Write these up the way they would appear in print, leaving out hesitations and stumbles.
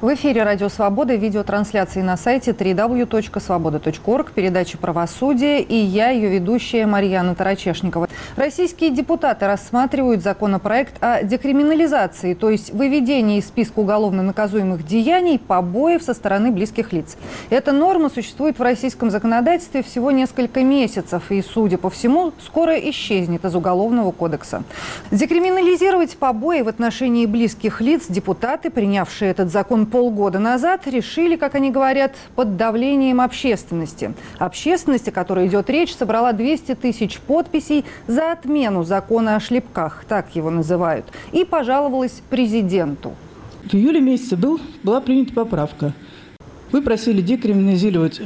В эфире «Радио Свобода», видеотрансляции на сайте www.svoboda.org, передача «Правосудие», и я, ее ведущая Марьяна Тарачешникова. Российские депутаты рассматривают законопроект о декриминализации, то есть выведении из списка уголовно наказуемых деяний побоев со стороны близких лиц. Эта норма существует в российском законодательстве всего несколько месяцев и, судя по всему, скоро исчезнет из Уголовного кодекса. Декриминализировать побои в отношении близких лиц депутаты, принявшие этот закон полгода назад, решили, как они говорят, под давлением общественности. Общественность, о которой идет речь, собрала 200 тысяч подписей за отмену закона о шлепках, так его называют, и пожаловалась президенту. В июле месяце была принята поправка. Вы просили декриминализировать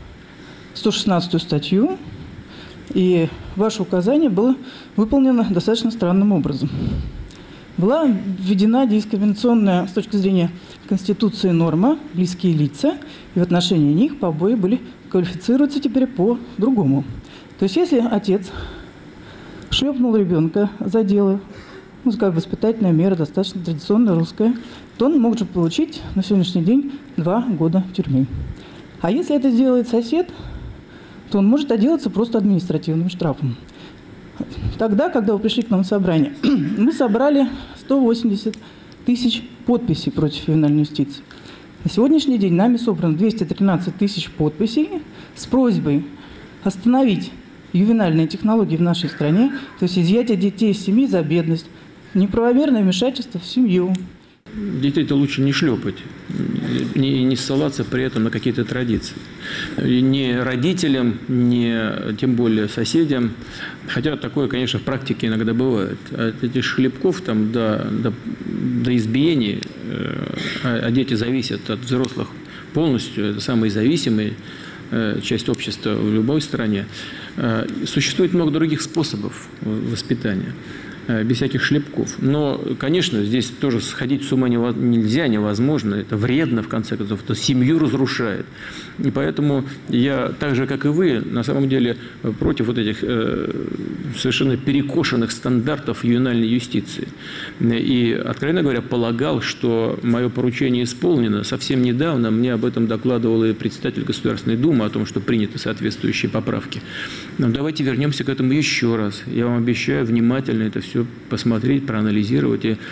116-ю статью, и ваше указание было выполнено достаточно странным образом. Была введена дискриминационная с точки зрения Конституции норма «близкие лица», и в отношении них побои квалифицируются теперь по-другому. То есть если отец шлепнул ребенка за дело, как воспитательная мера, достаточно традиционная русская, то он может получить на сегодняшний день 2 года тюрьмы. А если это сделает сосед, то он может отделаться просто административным штрафом. Тогда, когда вы пришли к нам на собрание, мы собрали 180 тысяч подписей против ювенальной юстиции. На сегодняшний день нами собрано 213 тысяч подписей с просьбой остановить ювенальные технологии в нашей стране, то есть изъятие детей из семьи за бедность, неправомерное вмешательство в семью. Детей-то лучше не шлепать, не ссылаться при этом на какие-то традиции. Ни родителям, ни тем более соседям. Хотя такое, конечно, в практике иногда бывает. От этих шлепков там, до избиений, а дети зависят от взрослых полностью, это самые зависимые часть общества в любой стране. Существует много других способов воспитания, без всяких шлепков. Но, конечно, здесь тоже сходить с ума нельзя, невозможно. Это вредно, в конце концов. Это семью разрушает. И поэтому я, так же, как и вы, на самом деле против вот этих совершенно перекошенных стандартов ювенальной юстиции. И, откровенно говоря, полагал, что мое поручение исполнено. Совсем недавно мне об этом докладывал и председатель Государственной Думы, о том, что приняты соответствующие поправки. Но давайте вернемся к этому еще раз. Я вам обещаю внимательно это все посмотреть, проанализировать. И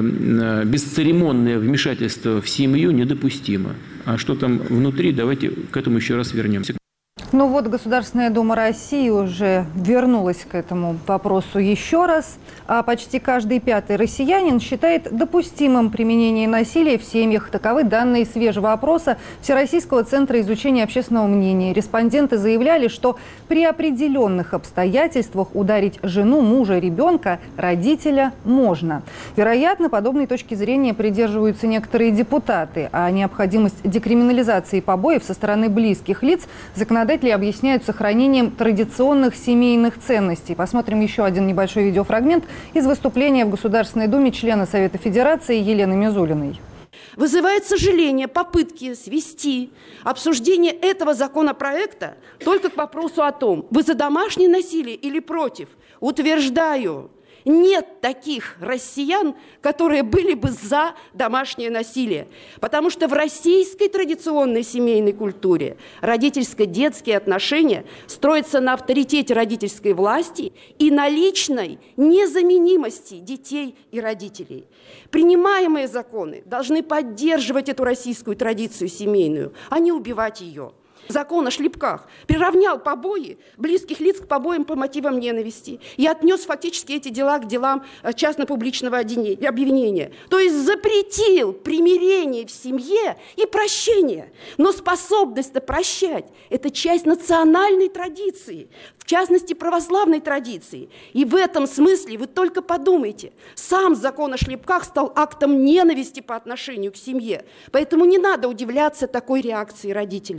бесцеремонное вмешательство в семью недопустимо. А что там внутри, давайте к этому еще раз вернемся. Ну вот, Государственная Дума России уже вернулась к этому вопросу еще раз. А почти каждый 5-й россиянин считает допустимым применение насилия в семьях. Таковы данные свежего опроса Всероссийского центра изучения общественного мнения. Респонденты заявляли, что при определенных обстоятельствах ударить жену, мужа, ребенка, родителя можно. Вероятно, подобной точки зрения придерживаются некоторые депутаты. А необходимость декриминализации побоев со стороны близких лиц законодатели объясняют сохранением традиционных семейных ценностей. Посмотрим еще один небольшой видеофрагмент из выступления в Государственной Думе члена Совета Федерации Елены Мизулиной. Вызывает сожаление попытки свести обсуждение этого законопроекта только к вопросу о том, вы за домашнее насилие или против. Утверждаю, нет таких россиян, которые были бы за домашнее насилие. Потому что в российской традиционной семейной культуре родительско-детские отношения строятся на авторитете родительской власти и на личной незаменимости детей и родителей. Принимаемые законы должны поддерживать эту российскую традицию семейную, а не убивать ее. Закон о шлепках приравнял побои близких лиц к побоям по мотивам ненависти и отнес фактически эти дела к делам частно-публичного обвинения. То есть запретил примирение в семье и прощение. Но способность-то прощать – это часть национальной традиции, в частности православной традиции. И в этом смысле вы только подумайте, сам закон о шлепках стал актом ненависти по отношению к семье. Поэтому не надо удивляться такой реакции родителей.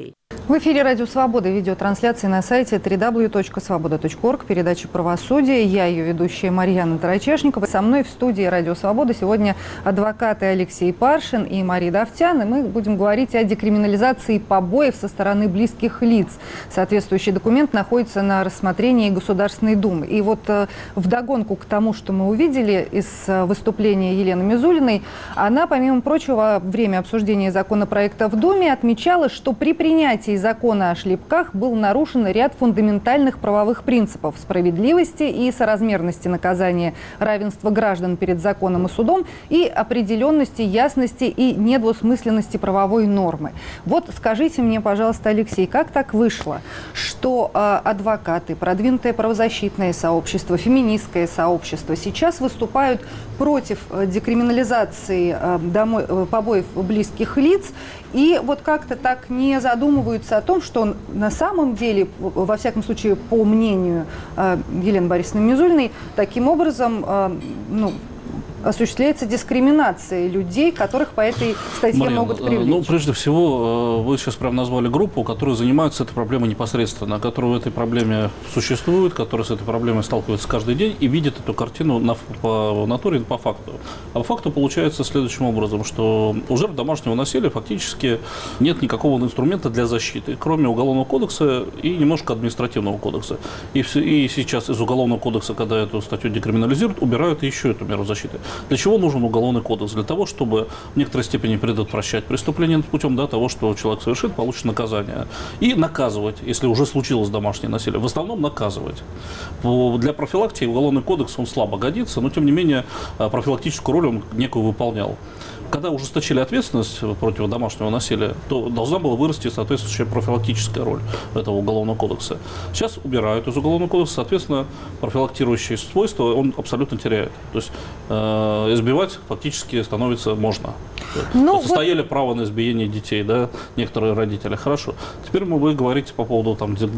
В эфире «Радио Свобода», видеотрансляции на сайте www.svoboda.org, передача «Правосудие». Я ее ведущая Марьяна Тарачешникова. Со мной в студии «Радио Свобода» сегодня адвокаты Алексей Паршин и Мария Давтян. И мы будем говорить о декриминализации побоев со стороны близких лиц. Соответствующий документ находится на рассмотрении Государственной Думы. И вот вдогонку к тому, что мы увидели из выступления Елены Мизулиной, она, помимо прочего, во время обсуждения законопроекта в Думе отмечала, что при принятии закона о шлепках был нарушен ряд фундаментальных правовых принципов справедливости и соразмерности наказания, равенства граждан перед законом и судом и определенности, ясности и недвусмысленности правовой нормы. Вот скажите мне, пожалуйста, Алексей, как так вышло, что адвокаты, продвинутое правозащитное сообщество, феминистское сообщество сейчас выступают против декриминализации побоев близких лиц и вот как-то так не задумываются о том, что на самом деле, во всяком случае, по мнению Елены Борисовны Мизулиной, таким образом осуществляется дискриминация людей, которых по этой статье Марьяна, могут привлечь. Прежде всего, вы сейчас прям назвали группу, которая занимается этой проблемой непосредственно, которая в этой проблеме существует, которая с этой проблемой сталкивается каждый день и видит эту картину по натуре и по факту. А по факту получается следующим образом, что у жертв домашнего насилия фактически нет никакого инструмента для защиты, кроме Уголовного кодекса и немножко Административного кодекса. И сейчас из Уголовного кодекса, когда эту статью декриминализируют, убирают еще эту меру защиты. Для чего нужен Уголовный кодекс? Для того, чтобы в некоторой степени предотвращать преступление путем того, что человек совершит, получит наказание. И наказывать, если уже случилось домашнее насилие. В основном наказывать. Для профилактики Уголовный кодекс, он слабо годится, но тем не менее профилактическую роль он некую выполнял. Когда ужесточили ответственность против домашнего насилия, то должна была вырасти соответствующая профилактическая роль этого Уголовного кодекса. Сейчас убирают из Уголовного кодекса, соответственно, профилактирующие свойства он абсолютно теряет. То есть избивать фактически становится можно. Состояли право на избиение детей, да, некоторые родители. Хорошо. Теперь вы говорите по поводу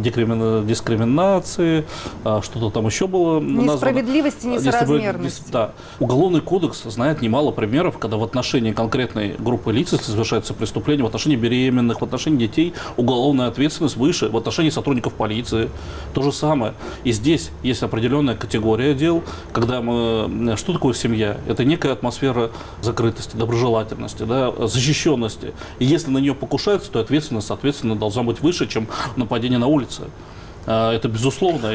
дискриминации, что-то там еще было названо. Несправедливости, несоразмерности. Да. Уголовный кодекс знает немало примеров, когда в отношении конкретной группы лиц, если совершается преступление, в отношении беременных, в отношении детей уголовная ответственность выше, в отношении сотрудников полиции то же самое. И здесь есть определенная категория дел, когда что такое семья? Это некая атмосфера закрытости, доброжелательности, да, защищенности. И если на нее покушаются, то ответственность, соответственно, должна быть выше, чем нападение на улице. Это безусловно.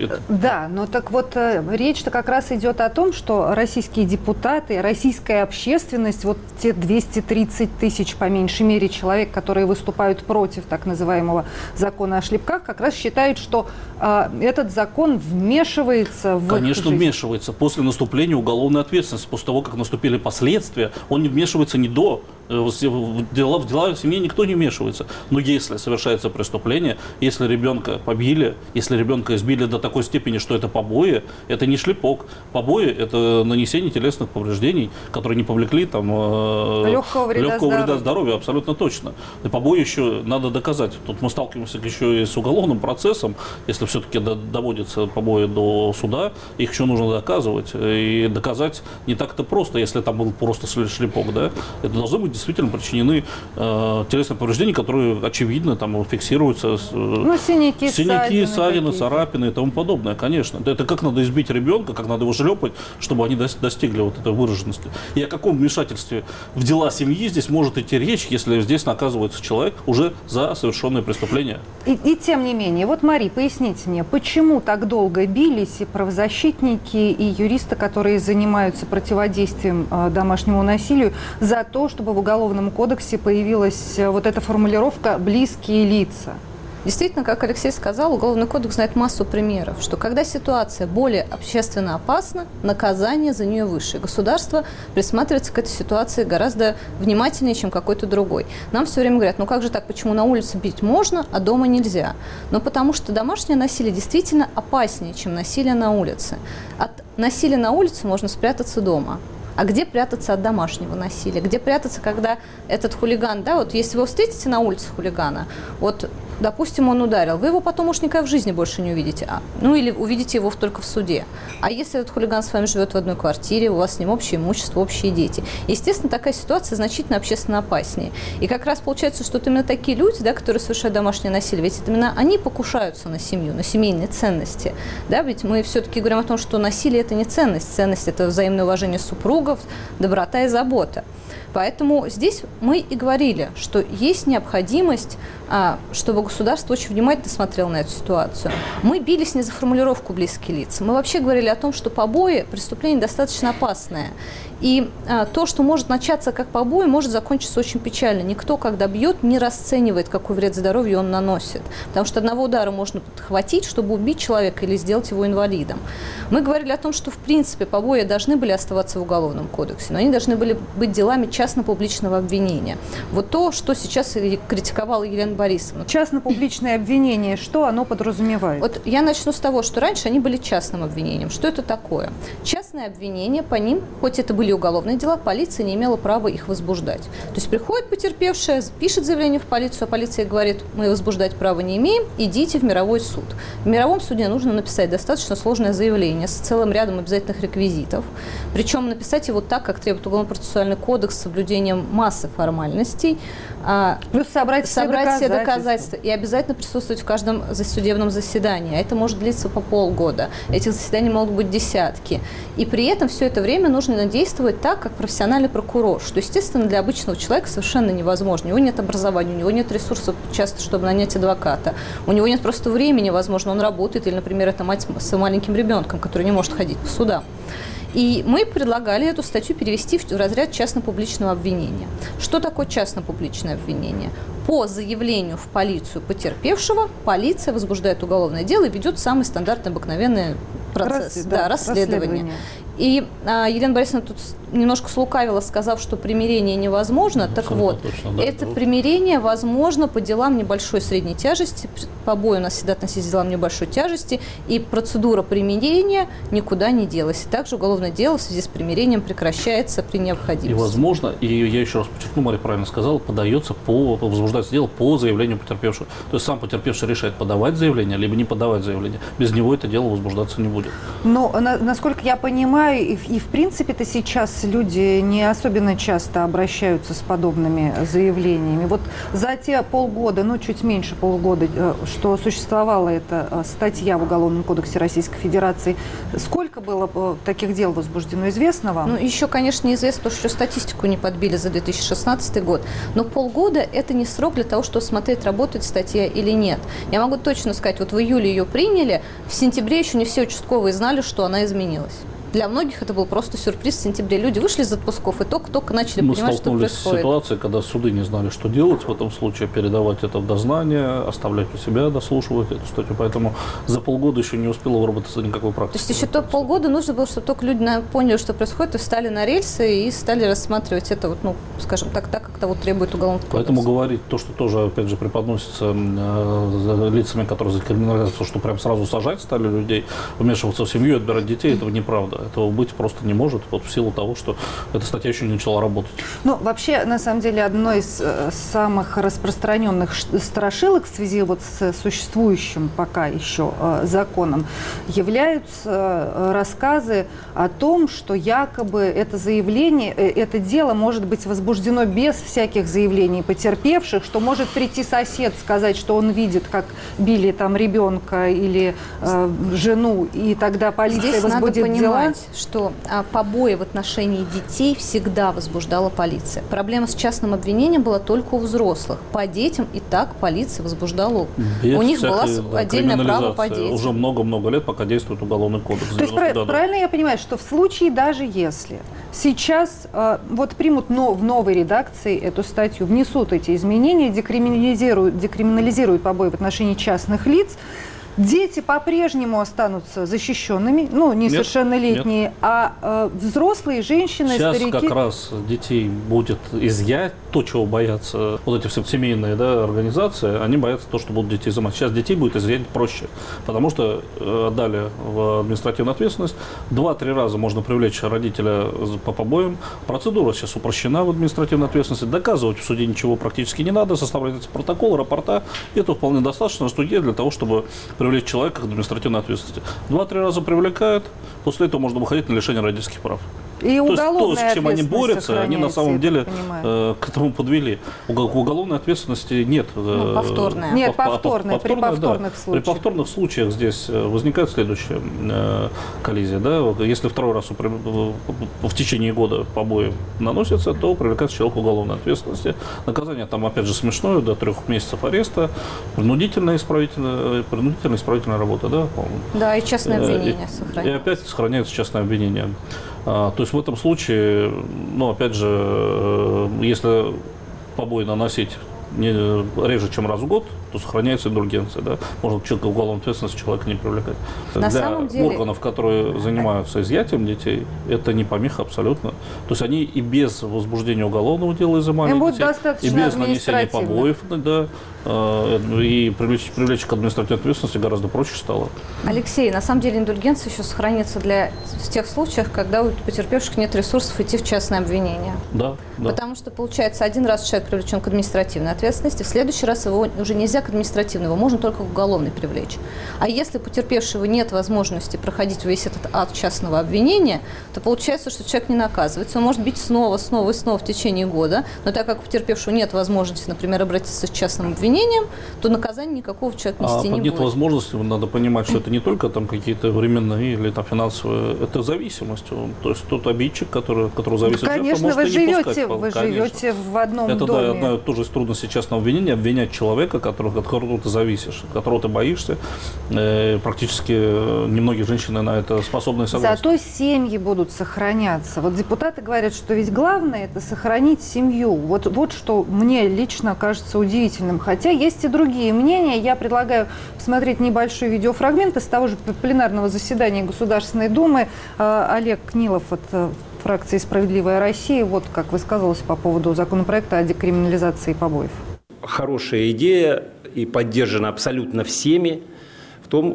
Да, но так вот речь-то как раз идет о том, что российские депутаты, российская общественность, вот те 230 тысяч, по меньшей мере, человек, которые выступают против так называемого закона о шлепках, как раз считают, что этот закон вмешивается в Конечно, жизнь. Вмешивается после наступления уголовной ответственности. После того, как наступили последствия, он не вмешивается не до. В дела семьи никто не вмешивается. Но если совершается преступление, если ребенка побили, если ребенка избили до такой степени, что это побои, это не шлепок. Побои – это нанесение телесных повреждений, которые не повлекли легкого вреда здоровью, абсолютно точно. И побои еще надо доказать. Тут мы сталкиваемся еще и с уголовным процессом. Если все-таки доводятся побои до суда, их еще нужно доказывать. И доказать не так-то просто, если там был просто шлепок. Да? Это должны быть действительно причинены телесные повреждения, которые очевидно там фиксируются. Синяки, ссадины, царапины и тому подобное, конечно. Это как надо избить ребенка, как надо его шлепать, чтобы они достигли вот этой выраженности. И о каком вмешательстве в дела семьи здесь может идти речь, если здесь наказывается человек уже за совершенное преступление? И тем не менее, вот, Мари, поясните мне, почему так долго бились и правозащитники, и юристы, которые занимаются противодействием домашнему насилию, за то, чтобы в Уголовном кодексе появилась вот эта формулировка «близкие лица»? Действительно, как Алексей сказал, Уголовный кодекс знает массу примеров, что когда ситуация более общественно опасна, наказание за нее выше. Государство присматривается к этой ситуации гораздо внимательнее, чем какой-то другой. Нам все время говорят, как же так, почему на улице бить можно, а дома нельзя? Но потому что домашнее насилие действительно опаснее, чем насилие на улице. От насилия на улице можно спрятаться дома. А где прятаться от домашнего насилия? Где прятаться, когда этот хулиган, да, вот если вы встретите на улице хулигана, вот допустим, он ударил, вы его потом уж никогда в жизни больше не увидите. Или увидите его только в суде. А если этот хулиган с вами живет в одной квартире, у вас с ним общее имущество, общие дети. Естественно, такая ситуация значительно общественно опаснее. И как раз получается, что вот именно такие люди, да, которые совершают домашнее насилие, ведь именно они покушаются на семью, на семейные ценности. Да? Ведь мы все-таки говорим о том, что насилие – это не ценность. Ценность – это взаимное уважение супругов, доброта и забота. Поэтому здесь мы и говорили, что есть необходимость, чтобы государство очень внимательно смотрело на эту ситуацию. Мы бились не за формулировку «близкие лица». Мы вообще говорили о том, что побои – преступление достаточно опасное. И то, что может начаться как побои, может закончиться очень печально. Никто, когда бьет, не расценивает, какой вред здоровью он наносит. Потому что одного удара можно подхватить, чтобы убить человека или сделать его инвалидом. Мы говорили о том, что, в принципе, побои должны были оставаться в Уголовном кодексе, но они должны были быть делами частно-публичного обвинения. Вот то, что сейчас критиковала Елена Борисовна. Частно-публичное обвинение, что оно подразумевает? Вот я начну с того, что раньше они были частным обвинением. Что это такое? Частное обвинение, по ним, хоть это были уголовные дела, полиция не имела права их возбуждать. То есть приходит потерпевшая, пишет заявление в полицию, а полиция говорит, мы возбуждать права не имеем, идите в мировой суд. В мировом суде нужно написать достаточно сложное заявление с целым рядом обязательных реквизитов. Причем написать его так, как требует Уголовно-процессуальный кодекс, с соблюдением массы формальностей. Плюс собрать все доказательства. И обязательно присутствовать в каждом судебном заседании. А это может длиться по полгода. Этих заседаний могут быть десятки. И при этом все это время нужно действовать так, как профессиональный прокурор, что, естественно, для обычного человека совершенно невозможно. У него нет образования, у него нет ресурсов часто, чтобы нанять адвоката. У него нет просто времени, возможно, он работает, или, например, это мать с маленьким ребенком, который не может ходить по судам. И мы предлагали эту статью перевести в разряд частно-публичного обвинения. Что такое частно-публичное обвинение? По заявлению в полицию потерпевшего полиция возбуждает уголовное дело и ведет самый стандартный, обыкновенный процесс, расследование. И Елена Борисовна тут немножко слукавила, сказав, что примирение невозможно. Так вот, точно, да, это примирение возможно по делам небольшой и средней тяжести. Побои у нас всегда относились к делам небольшой тяжести. И процедура примирения никуда не делась. И также уголовное дело в связи с примирением прекращается при необходимости. И возможно, и я еще раз подчеркну, Мария правильно сказала, возбуждается дело по заявлению потерпевшего. То есть сам потерпевший решает, подавать заявление, либо не подавать заявление. Без него это дело возбуждаться не будет. Но, насколько я понимаю, и в принципе-то сейчас люди не особенно часто обращаются с подобными заявлениями. Вот за те полгода, чуть меньше полугода, что существовала эта статья в Уголовном кодексе Российской Федерации, сколько было таких дел возбуждено, известно вам? Еще, конечно, неизвестно, потому что статистику не подбили за 2016 год. Но полгода – это не срок для того, чтобы смотреть, работает статья или нет. Я могу точно сказать, вот в июле ее приняли, в сентябре еще не все участковые знали, что она изменилась. Для многих это был просто сюрприз в сентябре. Люди вышли из отпусков и только начали понимать, что происходит. Мы столкнулись с ситуацией, когда суды не знали, что делать в этом случае, передавать это в дознание, оставлять у себя, дослушивать эту статью. Поэтому за полгода еще не успела выработаться никакой практики. То есть еще полгода нужно было, чтобы только люди поняли, что происходит, и встали на рельсы и стали рассматривать это, скажем так, как того требует Уголовный кодекс. Поэтому говорить то, что тоже, опять же, преподносится лицами, которые за криминализацию, что прям сразу сажать стали людей, вмешиваться в семью, отбирать детей, этого неправда. Этого быть просто не может, в силу того, что эта статья еще не начала работать. Вообще, на самом деле, одной из самых распространенных страшилок в связи с существующим пока еще законом являются рассказы о том, что якобы это заявление, это дело может быть возбуждено без всяких заявлений потерпевших, что может прийти сосед сказать, что он видит, как били там ребенка или жену, и тогда полиция здесь возбудит надо дела. Понимать, что побои в отношении детей всегда возбуждала полиция. Проблема с частным обвинением была только у взрослых. По детям и так полиция возбуждала. Без у них была отдельное право по детям. Уже много-много лет, пока действует Уголовный кодекс. То есть правильно я понимаю, что в случае, даже если сейчас примут в новой редакции эту статью, внесут эти изменения, декриминализируют побои в отношении частных лиц, Дети по-прежнему останутся защищенными, ну, несовершеннолетние, нет. А взрослые, женщины, сейчас старики... как раз детей будет изъять, то, чего боятся вот эти все семейные, да, организации, они боятся то, что будут детей изымать. Сейчас детей будет изъять проще, потому что отдали в административную ответственность. 2-3 раза можно привлечь родителя по побоям. Процедура сейчас упрощена в административной ответственности. Доказывать в суде ничего практически не надо, составляется протокол, рапорта. И это вполне достаточно в суде для того, чтобы привлечь человека к административной ответственности. 2-3 раза привлекают, после этого можно выходить на лишение родительских прав. И уголовная то, с чем они борются, они на самом деле к этому подвели. Уголовной ответственности нет. Повторная. Нет, повторная, при повторных случаях. При повторных случаях здесь возникает следующая коллизия. Да? Если второй раз в течение года побои наносятся, то привлекается человек к уголовной ответственности. Наказание там, опять же, смешное, до 3 месяцев ареста, принудительная исправительная работа. Да, да, и частное обвинение сохраняется. И опять сохраняется частное обвинение. То есть в этом случае, ну, опять же, если побои наносить реже, чем раз в год, то сохраняется индульгенция. Да? Можно к уголовной ответственности человека не привлекать. На Для самом деле... органов, которые занимаются изъятием детей, это не помеха абсолютно. То есть они и без возбуждения уголовного дела изымали детей, и без нанесения побоев, да, и привлечь к административной ответственности гораздо проще стало. Алексей, на самом деле индульгенция еще сохранится в тех случаях, когда у потерпевших нет ресурсов идти в частное обвинение. Да, да. Потому что, получается, один раз человек привлечен к административной ответственности, в следующий раз его уже нельзя к административной, его можно только к уголовной привлечь. А если у потерпевшего нет возможности проходить весь этот акт частного обвинения, то получается, что человек не наказывается. Он может бить снова в течение года, но так как у потерпевшего нет возможности, например, обратиться с частным обвинением, то наказания никакого человек нести не будет. Нет возможности, надо понимать, что это не только там какие-то временные или там финансовые, это зависимость. То есть тот обидчик, которого зависит жертва, конечно, может вы и не пускать. Вы живете в одном это, доме. Это одна тоже из трудностей частного обвинения, обвинять человека, от которого ты зависишь, от которого ты боишься. Практически немногие женщины на это способны и согласны. Зато семьи будут сохраняться. Вот депутаты говорят, что ведь главное – это сохранить семью. Вот что мне лично кажется удивительным. Хотя есть и другие мнения. Я предлагаю посмотреть небольшой видеофрагмент из того же пленарного заседания Государственной Думы. Олег Книлов от фракции «Справедливая Россия» вот как высказывался по поводу законопроекта о декриминализации побоев. Хорошая идея и поддержана абсолютно всеми в том,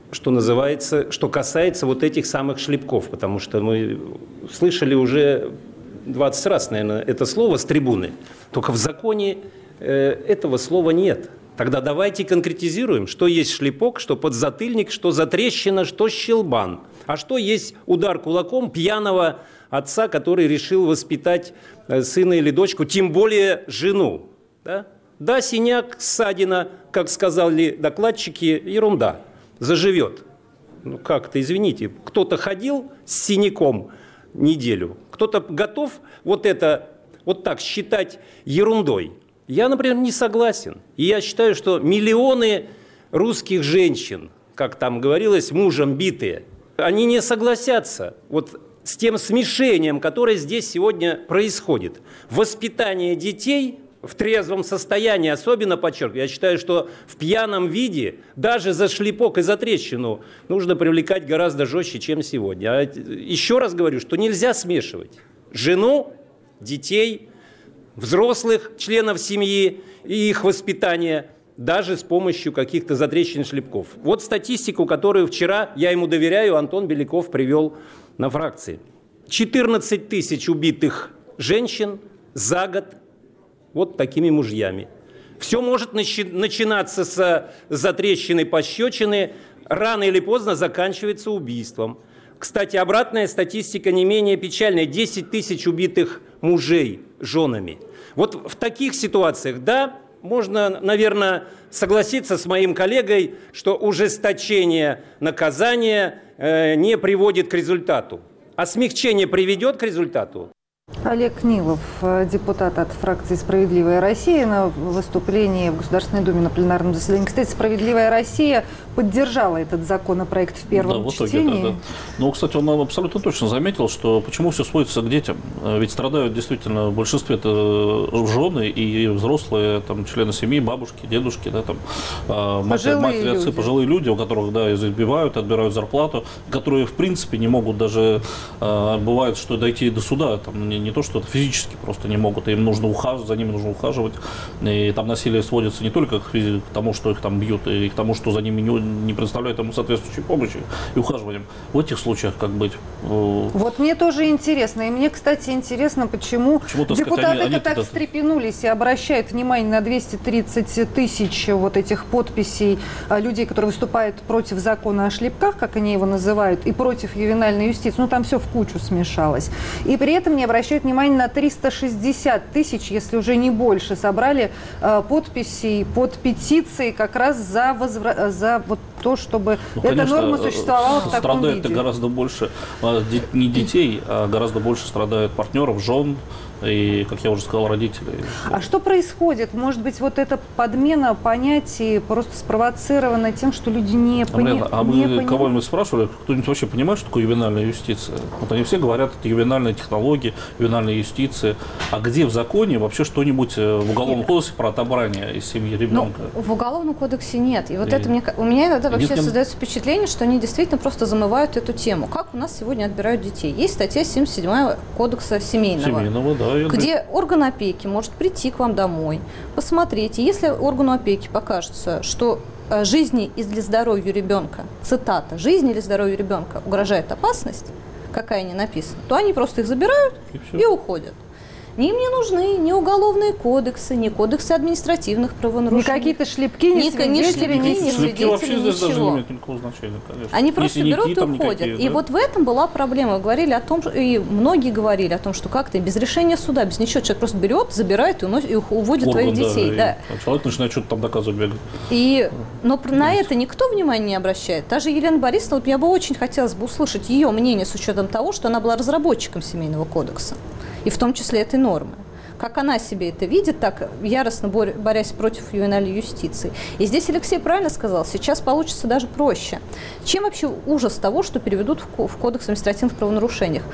что касается вот этих самых шлепков, потому что мы слышали уже 20 раз, наверное, это слово с трибуны, только в законе этого слова нет. Тогда давайте конкретизируем, что есть шлепок, что подзатыльник, что затрещина, что щелбан. А что есть удар кулаком пьяного отца, который решил воспитать сына или дочку, тем более жену. Да, синяк, ссадина, как сказали докладчики, ерунда, заживет. Ну как-то, извините, кто-то ходил с синяком неделю, кто-то готов вот так считать ерундой. Я, например, не согласен. И я считаю, что миллионы русских женщин, как там говорилось, мужем битые, они не согласятся вот с тем смешением, которое здесь сегодня происходит. Воспитание детей в трезвом состоянии, особенно подчеркиваю, я считаю, что в пьяном виде даже за шлепок и за трещину нужно привлекать гораздо жестче, чем сегодня. А еще раз говорю, что нельзя смешивать жену, детей, взрослых членов семьи и их воспитание даже с помощью каких-то затрещин, шлепков. Вот статистику, которую вчера, я ему доверяю, Антон Беляков привел на фракции. 14 тысяч убитых женщин за год вот такими мужьями. Все может начинаться с затрещины, пощечины, рано или поздно заканчивается убийством. Кстати, обратная статистика не менее печальная. 10 тысяч убитых мужей женами. Вот в таких ситуациях, да, можно, наверное, согласиться с моим коллегой, что ужесточение наказания не приводит к результату. А смягчение приведет к результату? Олег Нилов, депутат от фракции «Справедливая Россия», на выступлении в Государственной Думе на пленарном заседании. Кстати, «Справедливая Россия» поддержала этот законопроект в первом чтении. Да. Ну, кстати, он абсолютно точно заметил, что почему все сводится к детям. Ведь страдают действительно в большинстве это жены и взрослые там, члены семьи, бабушки, дедушки, да, там, матери, отцы, пожилые люди, у которых да, избивают, отбирают зарплату, которые, в принципе, не могут даже, бывает, что дойти до суда, там, не то, что это физически просто не могут, им нужно ухаживать, за ними нужно ухаживать, и там насилие сводится не только к тому, что их там бьют, и к тому, что за ними не предоставляют ему соответствующей помощи и ухаживанием. В этих случаях как быть? Вот мне тоже интересно, и мне, кстати, интересно, почему депутаты так встрепенулись и обращают внимание на 230 тысяч вот этих подписей людей, которые выступают против закона о шлепках, как они его называют, и против ювенальной юстиции. Ну, там все в кучу смешалось. И при этом не обращают внимание на 360 тысяч, если уже не больше, собрали подписей под петицией как раз за вот то, чтобы эта норма существовала в таком виде. Страдает гораздо больше не детей, а гораздо больше страдают партнеров, жен и, как я уже сказал, родителей. А что происходит? Может быть, вот эта подмена понятий просто спровоцирована тем, что люди не понимают? А мы кого-нибудь спрашивали, кто-нибудь вообще понимает, что такое ювенальная юстиция? Вот они все говорят, это ювенальные технологии, ювенальная юстиция. А где в законе вообще что-нибудь в Уголовном кодексе про отобрание из семьи ребенка? Ну, в Уголовном кодексе нет. И вот это у меня иногда вообще создается впечатление, что они действительно просто замывают эту тему. Как у нас сегодня отбирают детей? Есть статья 77 Кодекса семейного, да. Где орган опеки может прийти к вам домой, посмотреть. И если органу опеки покажется, что жизни или здоровью ребенка, цитата, жизни или здоровью ребенка угрожает опасность, какая не написана, то они просто их забирают и уходят. Им не нужны ни уголовные кодексы, ни кодексы административных правонарушений. Ни какие-то шлепки, ни свидетели, шлепки вообще здесь даже не имеют никакого значения, конечно. Они просто берут и уходят. И вот в этом была проблема. Вы говорили о том, и многие говорили о том, что как-то без решения суда, без ничего, человек просто берет, забирает и уводит твоих детей. Да. Человек начинает что-то там доказывать, бегать. Но на это никто внимания не обращает. Даже Елена Борисовна, я бы очень хотелось бы услышать ее мнение с учетом того, что она была разработчиком Семейного кодекса. И в том числе этой нормы. Как она себе это видит, так яростно борясь против ювенальной юстиции. И здесь Алексей правильно сказал, сейчас получится даже проще. Чем вообще ужас того, что переведут в Кодекс административных правонарушениях?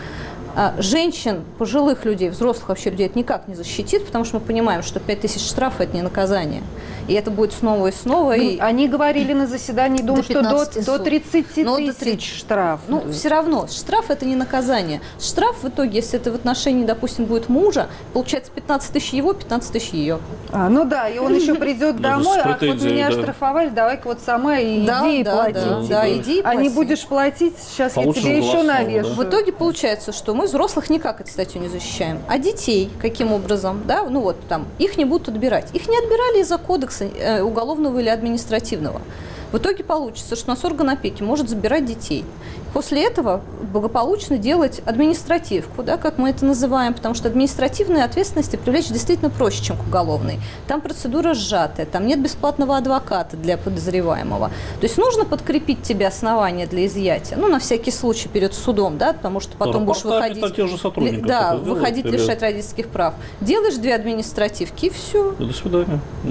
Женщин, пожилых людей, взрослых вообще людей это никак не защитит, потому что мы понимаем, что 5000 штрафов – это не наказание. И это будет снова и снова. Они говорили на заседании Думы, что до 30 тысяч штраф. Ну, все равно, штраф – это не наказание. Штраф в итоге, если это в отношении, допустим, будет мужа, получается 15 тысяч его, 15 тысяч ее. Ну да, и он еще придет домой, а вот меня оштрафовали, давай-ка вот сама и иди и плати. Да, иди и плати. А не будешь платить, сейчас я тебе еще навешу. В итоге получается, что мы взрослых никак эту статью не защищаем. А детей каким образом? Да? Ну вот там, их не будут отбирать. Их не отбирали из-за кодекса уголовного или административного. В итоге получится, что у нас орган опеки может забирать детей. После этого благополучно делать административку, да, как мы это называем, потому что административные ответственности привлечь действительно проще, чем к уголовной. Там процедура сжатая, там нет бесплатного адвоката для подозреваемого. То есть нужно подкрепить тебе основания для изъятия, ну, на всякий случай перед судом, да, потому что потом будешь выходить, выходить лишать родительских прав. Делаешь 2 административки и все. До свидания. Да.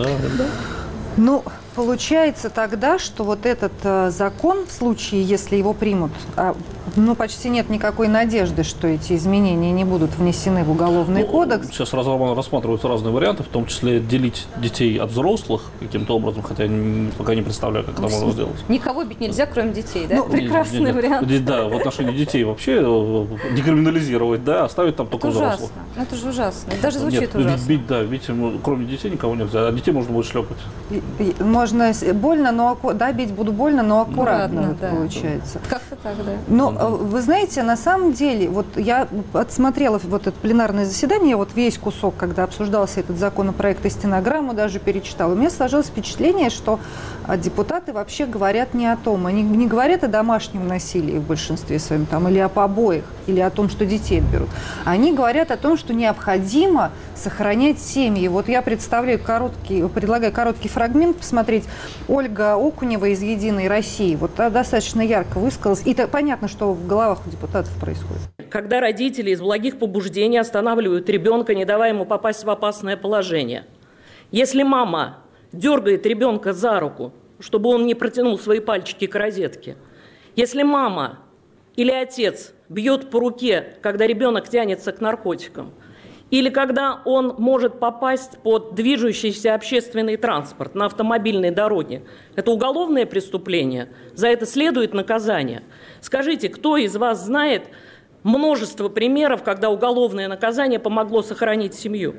Ну, получается тогда, что вот этот закон, в случае, если его примут, почти нет никакой надежды, что эти изменения не будут внесены в Уголовный кодекс. Сейчас рассматриваются разные варианты, в том числе делить детей от взрослых каким-то образом, хотя я пока не представляю, как это можно сделать. Никого бить нельзя, кроме детей, да? Прекрасный вариант. Да, в отношении детей вообще декриминализировать, да, оставить там только взрослых. Это же ужасно. Это даже звучит ужасно. Бить, кроме детей никого нельзя, а детей можно будет шлепать. Можно больно, но бить буду больно, но аккуратно получается. Как-то так, да. Но вы знаете, на самом деле, вот я отсмотрела вот это пленарное заседание, вот весь кусок, когда обсуждался этот законопроект, и стенограмму даже перечитала. У меня сложилось впечатление, что депутаты вообще говорят не о том. Они не говорят о домашнем насилии в большинстве своем, там, или о побоях, или о том, что детей отберут. Они говорят о том, что необходимо сохранять семьи. Вот я предлагаю короткий фрагмент посмотреть очередь Ольга Окунева из «Единой России». Вот достаточно ярко высказалась. И понятно, что в головах у депутатов происходит. Когда родители из благих побуждений останавливают ребенка, не давая ему попасть в опасное положение. Если мама дергает ребенка за руку, чтобы он не протянул свои пальчики к розетке, если мама или отец бьет по руке, когда ребенок тянется к наркотикам, или когда он может попасть под движущийся общественный транспорт на автомобильной дороге, это уголовное преступление, за это следует наказание. Скажите, кто из вас знает множество примеров, когда уголовное наказание помогло сохранить семью?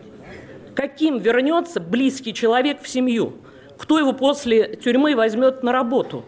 Каким вернется близкий человек в семью? Кто его после тюрьмы возьмет на работу?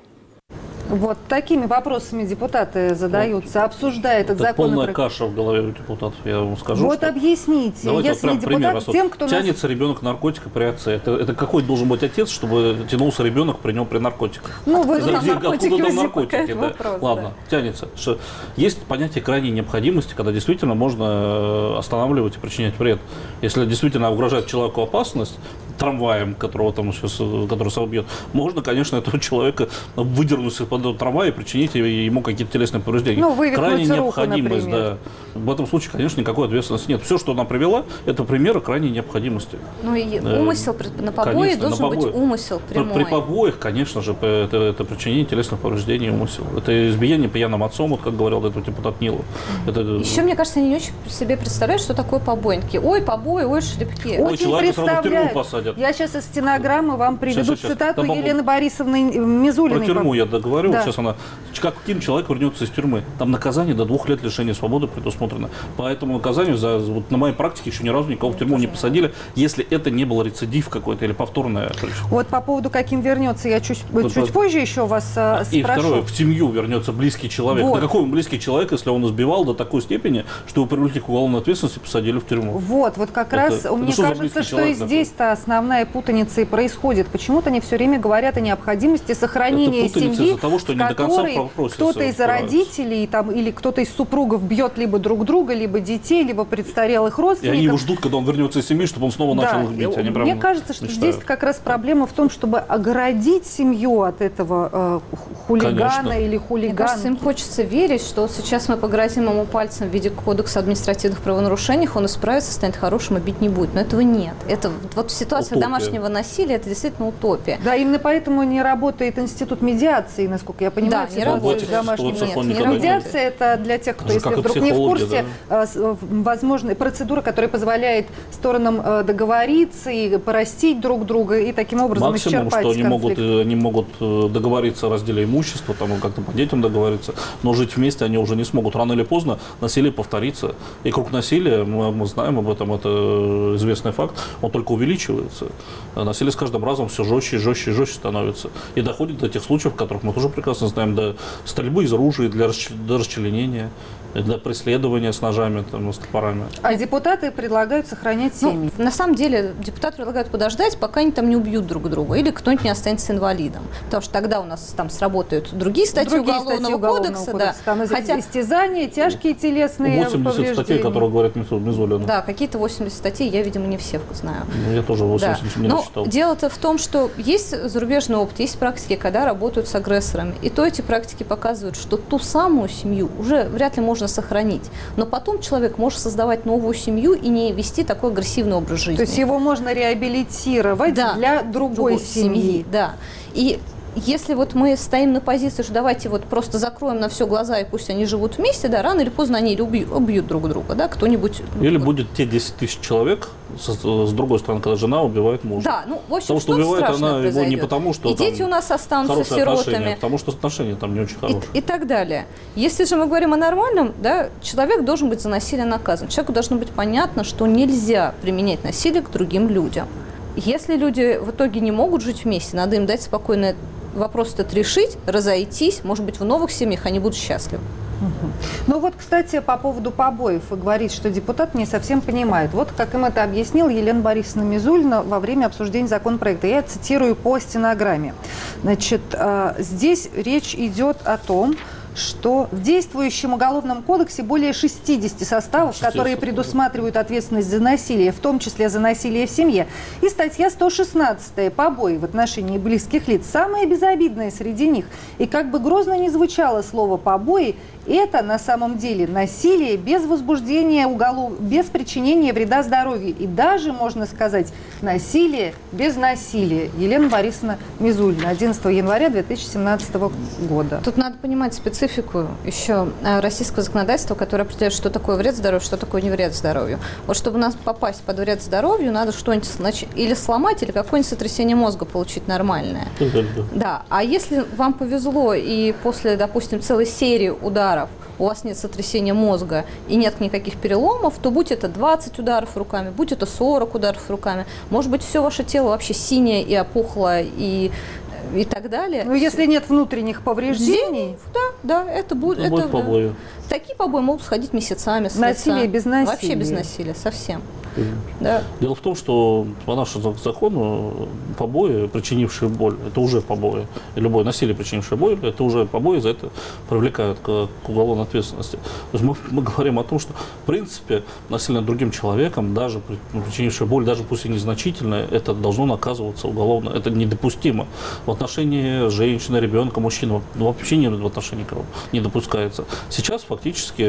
Вот такими вопросами депутаты задаются, обсуждая этот закон. Полная каша в голове у депутатов, я вам скажу. Вот объясните, давайте если вот депутат тем, кто... Тянется ребенок наркотика при отце. Это какой должен быть отец, чтобы тянулся ребенок при нем при наркотиках? Ну, вы Откуда там наркотики? Да? Вопрос, Ладно, тянется. Что есть понятие крайней необходимости, когда действительно можно останавливать и причинять вред. Если действительно угрожает человеку опасность, трамваем, который собьет, можно, конечно, этого человека выдернуть из-под трамвая и причинить ему какие-то телесные повреждения. Ну, крайняя руку, необходимость, например. да. В этом случае, конечно, никакой ответственности нет. Все, что она привела, это примеры крайней необходимости. Ну и умысел на побои должен быть умысел прямой. При побоях, конечно же, это причинение телесных повреждений и умысел. Это избиение пьяным отцом, вот как говорил этот депутат Нилов. Еще, мне кажется, они не очень себе представляют, что такое побои. Ой, побои, ой, шлепки. Очень представляют. Я сейчас из стенограммы вам приведу цитату Елены Борисовны Мизулиной. Про тюрьму я договорю. Да. Сейчас каким человек вернется из тюрьмы? Там наказание до 2 лет лишения свободы предусмотрено. По этому наказанию на моей практике еще ни разу никого в тюрьму не посадили, если это не был рецидив какой-то или повторное. Вот по поводу каким вернется, я чуть позже еще вас спрошу. И второе, в семью вернется близкий человек. Вот. На какой он близкий человек, если он избивал до такой степени, что его привлекли к уголовной ответственности и посадили в тюрьму? Вот как раз мне кажется, что и здесь-то основная путаница и происходит. Почему-то они все время говорят о необходимости сохранения семьи, из-за того, что не до конца кто-то из родителей или кто-то из супругов бьет либо друг друга, либо детей, либо престарелых родственников. И они его ждут, когда он вернется из семьи, чтобы он снова начал их бить. Они мне кажется, что здесь как раз проблема в том, чтобы оградить семью от этого хулигана или хулиганки. Мне кажется, им хочется верить, что вот сейчас мы погрозим ему пальцем в виде кодекса административных правонарушений, он исправится, станет хорошим и бить не будет. Но этого нет. Это вот в ситуации домашнего насилия это действительно утопия. Да, именно поэтому не работает институт медиации, насколько я понимаю. Да, не работает. Медиация – это для тех, кто, если вдруг не в курсе, возможно, процедура, которая позволяет сторонам договориться и простить друг друга и таким образом исчерпать конфликт. Максимум, что они могут договориться о разделе имущества, там как-то по детям договориться, но жить вместе они уже не смогут. Рано или поздно насилие повторится. И круг насилия, мы знаем об этом, это известный факт, он только увеличивается. Насилие с каждым разом все жестче, жестче, жестче становится. И доходит до тех случаев, в которых мы тоже прекрасно знаем, до стрельбы из оружия, до расчленения, для преследования с ножами, с топорами. А депутаты предлагают сохранять семьи. На самом деле депутаты предлагают подождать, пока они там не убьют друг друга или кто-нибудь не останется инвалидом. Потому что тогда у нас там сработают другие статьи Уголовного кодекса. Да. Там истязания, тяжкие телесные 80 статей, которые говорят Мизулина. Да, какие-то 80 статей, я, видимо, не все знаю. Я тоже 80 не насчитал. Но дело-то в том, что есть зарубежный опыт, есть практики, когда работают с агрессорами. И то эти практики показывают, что ту самую семью уже вряд ли можно сохранить. Но потом человек может создавать новую семью и не вести такой агрессивный образ жизни. То есть его можно реабилитировать для другой семьи. Да. И если вот мы стоим на позиции, что давайте вот просто закроем на все глаза и пусть они живут вместе, да, рано или поздно они убьют друг друга, да, кто-нибудь. Или будет те 10 тысяч человек с другой стороны, когда жена убивает мужа. Да, ну, в общем, потому что убивает она его не потому, что и дети у нас останутся сиротами. А потому что отношения там не очень хорошие. И так далее. Если же мы говорим о нормальном, да, человек должен быть за насилие наказан. Человеку должно быть понятно, что нельзя применять насилие к другим людям. Если люди в итоге не могут жить вместе, надо им дать спокойно вопрос этот решить, разойтись, может быть, в новых семьях они будут счастливы. Ну вот, кстати, по поводу побоев, вы говорите, что депутат не совсем понимает. Вот как им это объяснил Елена Борисовна Мизулина во время обсуждения законопроекта. Я цитирую по стенограмме. Значит, здесь речь идет о том, что в действующем Уголовном кодексе более 60 составов, которые предусматривают ответственность за насилие, в том числе за насилие в семье. И статья 116 «Побои в отношении близких лиц» самая безобидная среди них. И как бы грозно ни звучало слово «побои», это на самом деле насилие без возбуждения без причинения вреда здоровью. И даже, можно сказать, насилие без насилия. Елена Борисовна Мизулина, 11 января 2017 года. Тут надо понимать специфику еще российского законодательства, которое определяет, что такое вред здоровью, что такое не вред здоровью. Вот чтобы нас попасть под вред здоровью, надо что-нибудь или сломать, или какое-нибудь сотрясение мозга получить нормальное. Да. А если вам повезло, и после, допустим, целой серии ударов у вас нет сотрясения мозга и нет никаких переломов, то будь это 20 ударов руками, будь это 40 ударов руками, может быть, все ваше тело вообще синее и опухло, и так далее. Но если нет внутренних повреждений... Да, это будет побои. Такие побои могут сходить месяцами с насилие лица. без насилия. Вообще без насилия, совсем. Да. Дело в том, что по нашему закону побои, причинившие боль, это уже побои. И любое насилие, причинившее боль, это уже побои, за это привлекают к уголовной ответственности. То есть мы говорим о том, что в принципе насилие над другим человеком, даже причинившее боль, даже пусть и незначительное, это должно наказываться уголовно. Это недопустимо. В отношении женщины, ребенка, мужчины вообще не в отношении кого не допускается. Сейчас фактически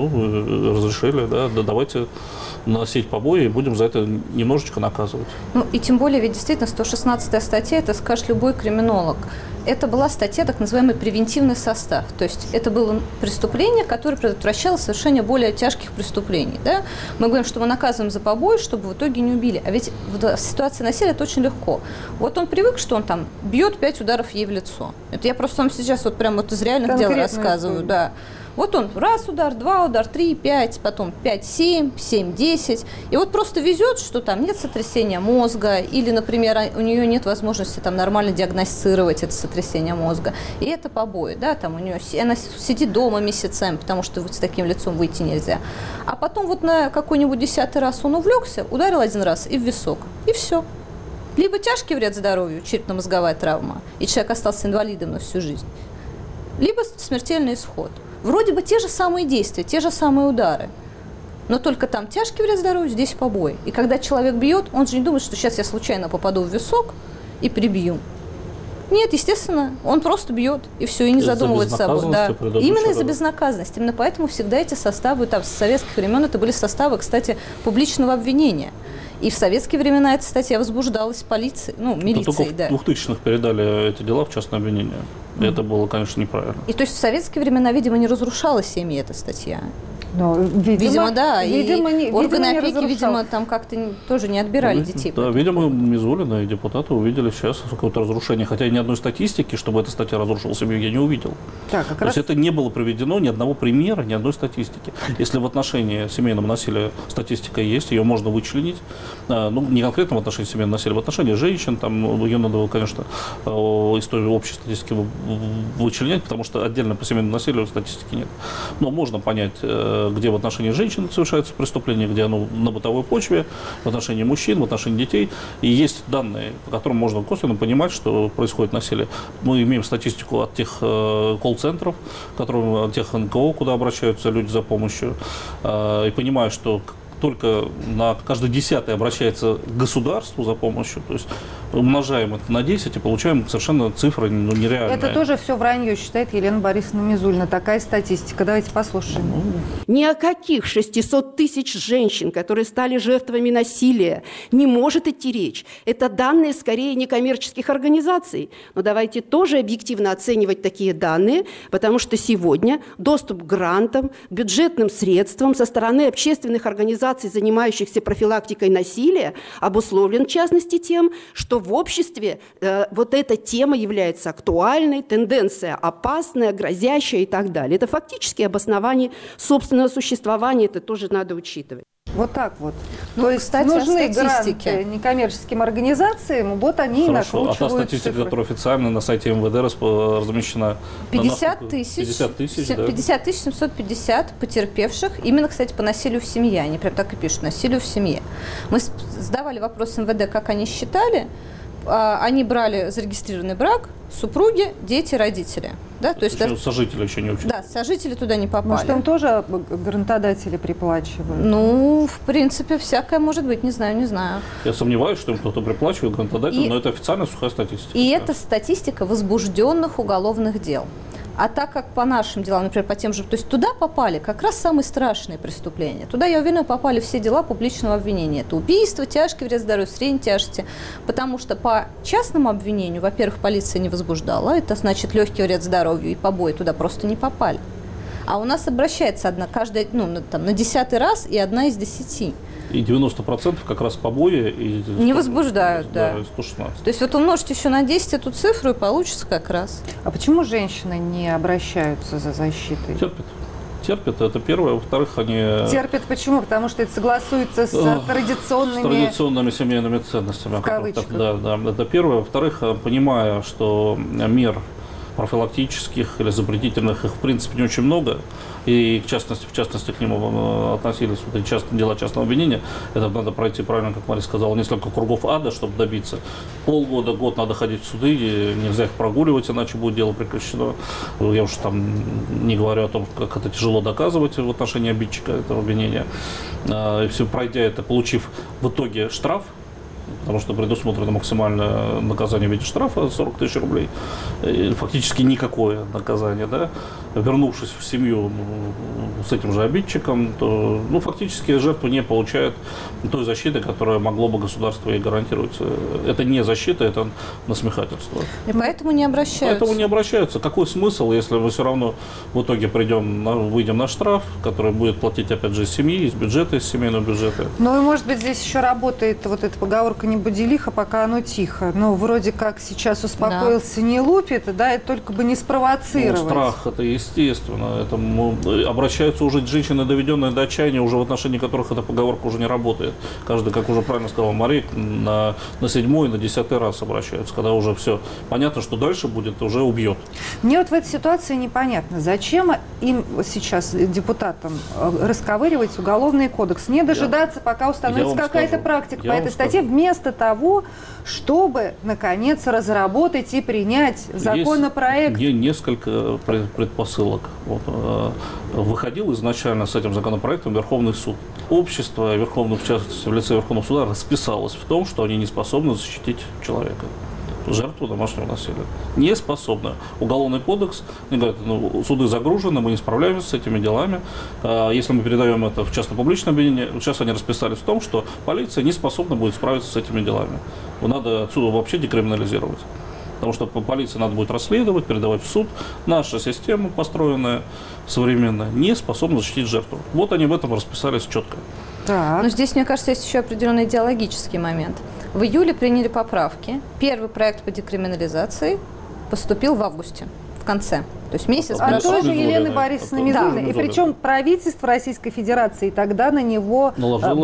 разрешили, да, давайте наносить побои и будем за это немножечко наказывать. Ну и тем более, ведь действительно 116 статья, это скажет любой криминолог. Это была статья, так называемый превентивный состав. То есть это было преступление, которое предотвращало совершение более тяжких преступлений. Да? Мы говорим, что мы наказываем за побои, чтобы в итоге не убили. А ведь в ситуации насилия это очень легко. Вот он привык, что он там бьет 5 ударов ей в лицо. Это я просто вам сейчас вот прямо вот из реальных дел рассказываю. Да. Вот он раз удар, 2 удар, 3, 5, потом 5, 7, 7, 10. И вот просто везет, что там нет сотрясения мозга, или, например, у нее нет возможности там нормально диагностировать это сотрясение мозга. И это побои, да, там у нее, она сидит дома месяцами, потому что вот с таким лицом выйти нельзя. А потом вот на какой-нибудь 10-й раз он увлекся, ударил один раз и в висок, и все. Либо тяжкий вред здоровью, черепно-мозговая травма, и человек остался инвалидом на всю жизнь, либо смертельный исход. Вроде бы те же самые действия, те же самые удары, но только там тяжкий вред здоровью, здесь побои. И когда человек бьет, он же не думает, что сейчас я случайно попаду в висок и прибью. Нет, естественно, он просто бьет, и все, и не задумывается собой. Да. Именно из-за безнаказанности. Именно поэтому всегда эти составы, там, с советских времен это были составы, кстати, публичного обвинения. И в советские времена эта статья возбуждалась полицией, милицией. Только в 2000-х передали эти дела в частное обвинение. И это было, конечно, неправильно. И то есть в советские времена, видимо, не разрушала семьи эта статья. Но, видимо, да. И органы опеки, видимо, там как-то тоже не отбирали детей. Да, видимо, Мизулина и депутаты увидели сейчас какое-то разрушение. Хотя ни одной статистики, чтобы эта статья разрушила семью, я не увидел. То есть это не было приведено ни одного примера, ни одной статистики. Если в отношении семейного насилия статистика есть, ее можно вычленить. Не конкретно в отношении семейного насилия, в отношении женщин, там ее надо, конечно, из той общей статистики вычленять, потому что отдельно по семейному насилию статистики нет. Но можно понять, где в отношении женщин совершается преступление, где оно на бытовой почве, в отношении мужчин, в отношении детей. И есть данные, по которым можно косвенно понимать, что происходит насилие. Мы имеем статистику от тех колл-центров, от тех НКО, куда обращаются люди за помощью. И понимаю, что только на каждый 10-й обращается к государству за помощью, то есть умножаем это на 10 и получаем совершенно цифры нереальные. Это тоже все вранье, считает Елена Борисовна Мизулина. Такая статистика. Давайте послушаем. Ни о каких 600 тысяч женщин, которые стали жертвами насилия, не может идти речь. Это данные скорее некоммерческих организаций. Но давайте тоже объективно оценивать такие данные, потому что сегодня доступ к грантам, бюджетным средствам со стороны общественных организаций, занимающихся профилактикой насилия, обусловлен, в частности, тем, что в обществе вот эта тема является актуальной, тенденция опасная, грозящая и так далее. Это фактически обоснование собственного существования, это тоже надо учитывать. Вот так вот. То есть, кстати, нужны гранты некоммерческим организациям, вот они и накручивают цифры. А та статистика, которая официально на сайте МВД размещена? 50 тысяч, 50 тысяч 750 потерпевших, именно, кстати, по насилию в семье. Они прям так и пишут, насилию в семье. Мы задавали вопрос МВД, как они считали. Они брали зарегистрированный брак, супруги, дети, родители. Да, то есть сожители еще не участвуют. Да, сожители туда не попали. Может, им тоже грантодатели приплачивают? Ну, в принципе, всякое может быть, не знаю. Я сомневаюсь, что им кто-то приплачивает грантодатель, но это официальная сухая статистика. И это статистика возбужденных уголовных дел. А так как по нашим делам, например, по тем же, то есть туда попали как раз самые страшные преступления. Туда, я уверена, попали все дела публичного обвинения. Это убийство, тяжкий вред здоровью, средней тяжести. Потому что по частному обвинению, во-первых, полиция не возбуждала, это значит легкий вред здоровью и побои туда просто не попали. А у нас обращается одна каждая, на 10-й раз и одна из 10. И 90% как раз побои. И не возбуждают, да. 116. То есть вот умножьте еще на 10 эту цифру, и получится как раз. А почему женщины не обращаются за защитой? Терпят, это первое. Во-вторых, они... Терпят почему? Потому что это согласуется с традиционными семейными ценностями. В кавычках. Да, это первое. Во-вторых, понимая, что мер профилактических или запретительных, их в принципе не очень много, и в частности к ним относились вот эти дела частного обвинения. Это надо пройти, правильно, как Мария сказала, несколько кругов ада, чтобы добиться. Полгода, год надо ходить в суды, и нельзя их прогуливать, иначе будет дело прекращено. Я уж там не говорю о том, как это тяжело доказывать в отношении обидчика этого обвинения. И все пройдя это, получив в итоге штраф, потому что предусмотрено максимальное наказание в виде штрафа 40 тысяч рублей, и фактически никакое наказание, да, вернувшись в семью с этим же обидчиком, то фактически жертва не получает той защиты, которая могло бы государство ей гарантировать. Это не защита, это насмехательство. И поэтому не обращаются. Какой смысл, если мы все равно в итоге выйдем на штраф, который будет платить опять же из семьи, из бюджета, из семейного бюджета? Ну и может быть здесь еще работает вот эта поговорка «не буди лихо, пока оно тихо». Ну, вроде как сейчас успокоился, не лупит, да, это только бы не спровоцировать. Страх, это естественно. Обращаются уже женщины, доведенные до отчаяния, уже в отношении которых эта поговорка уже не работает. Каждый, как уже правильно сказала Мария, на 7-й, на 10-й раз обращаются, когда уже все понятно, что дальше будет, уже убьет. Мне вот в этой ситуации непонятно, зачем им сейчас, депутатам, расковыривать уголовный кодекс, не дожидаться, пока установится какая-то практика по этой статье, вместо того, чтобы, наконец, разработать и принять законопроект. Есть несколько предпосылок. Выходил изначально с этим законопроектом Верховный суд. Общество Верховного, в частности, в лице Верховного суда расписалось в том, что они не способны защитить человека, жертву домашнего насилия. Не способны. Уголовный кодекс, они говорят, суды загружены, мы не справляемся с этими делами. Если мы передаем это в частно-публичное обвинение, сейчас они расписались в том, что полиция не способна будет справиться с этими делами. Надо отсюда вообще декриминализировать. Потому что полиции надо будет расследовать, передавать в суд. Наша система, построенная современная, не способна защитить жертву. Вот они в этом расписались четко. Но здесь, мне кажется, есть еще определенный идеологический момент. В июле приняли поправки. Первый проект по декриминализации поступил в августе, в конце. То есть месяц прошел. Тоже Елены Борисовны Мизулиной. И причем правительство Российской Федерации тогда на него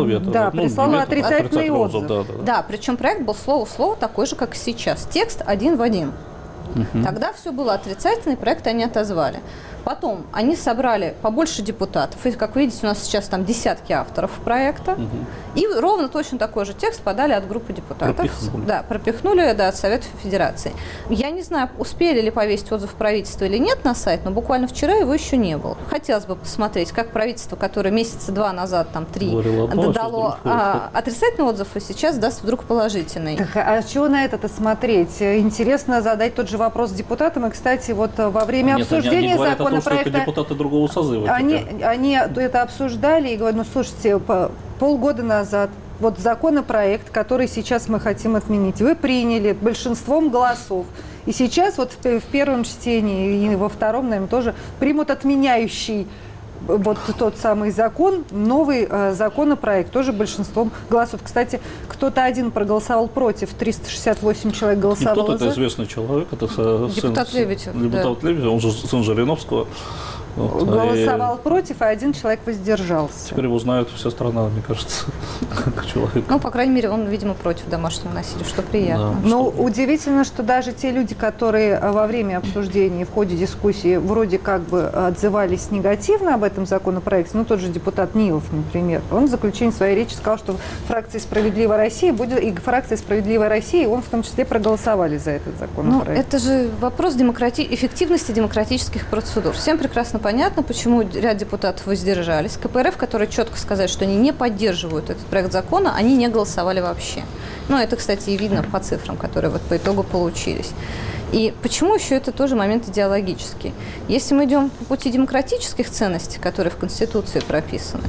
прислало отрицательный отзыв. Да, причем проект был слово в слово такой же, как и сейчас. Текст один в один. Тогда все было отрицательно, и проект они отозвали. Потом они собрали побольше депутатов. И, как вы видите, у нас сейчас там десятки авторов проекта. И ровно точно такой же текст подали от группы депутатов. Пропихнули от Совета Федерации. Я не знаю, успели ли повесить отзыв правительства или нет на сайт, но буквально вчера его еще не было. Хотелось бы посмотреть, как правительство, которое месяца 2 назад, 3, дало отрицательный отзыв, и сейчас даст вдруг положительный. Так, а чего на это смотреть? Интересно задать тот же вопрос депутатам. И, кстати, вот во время обсуждения законопроекта... Что это депутаты другого созыва. Они это обсуждали и говорят, слушайте, полгода назад вот законопроект, который сейчас мы хотим отменить, вы приняли большинством голосов. И сейчас вот в первом чтении и во втором, наверное, тоже примут отменяющий вот тот самый закон, новый законопроект, тоже большинством голосов. Кстати, кто-то один проголосовал против, 368 человек голосовало за. Это известный человек, это депутат Лебедев. Депутат Лебедев, он же сын Жириновского. голосовал против, а один человек воздержался. Теперь его знает вся страна, мне кажется, как человек. Ну, по крайней мере, он, видимо, против домашнего насилия, что приятно. Да. Но удивительно, что даже те люди, которые во время обсуждения, в ходе дискуссии вроде как бы отзывались негативно об этом законопроекте, ну, тот же депутат Нилов, например, он в заключении своей речи сказал, что фракция «Справедливая Россия» будет, и фракция «Справедливая Россия», он в том числе проголосовали за этот законопроект. Ну, это же вопрос эффективности демократических процедур. Всем прекрасно понятно, почему ряд депутатов воздержались. КПРФ, которые четко сказали, что они не поддерживают этот проект закона, они не голосовали вообще. Ну, это, кстати, и видно по цифрам, которые вот по итогу получились. И почему еще это тоже момент идеологический? Если мы идем по пути демократических ценностей, которые в Конституции прописаны,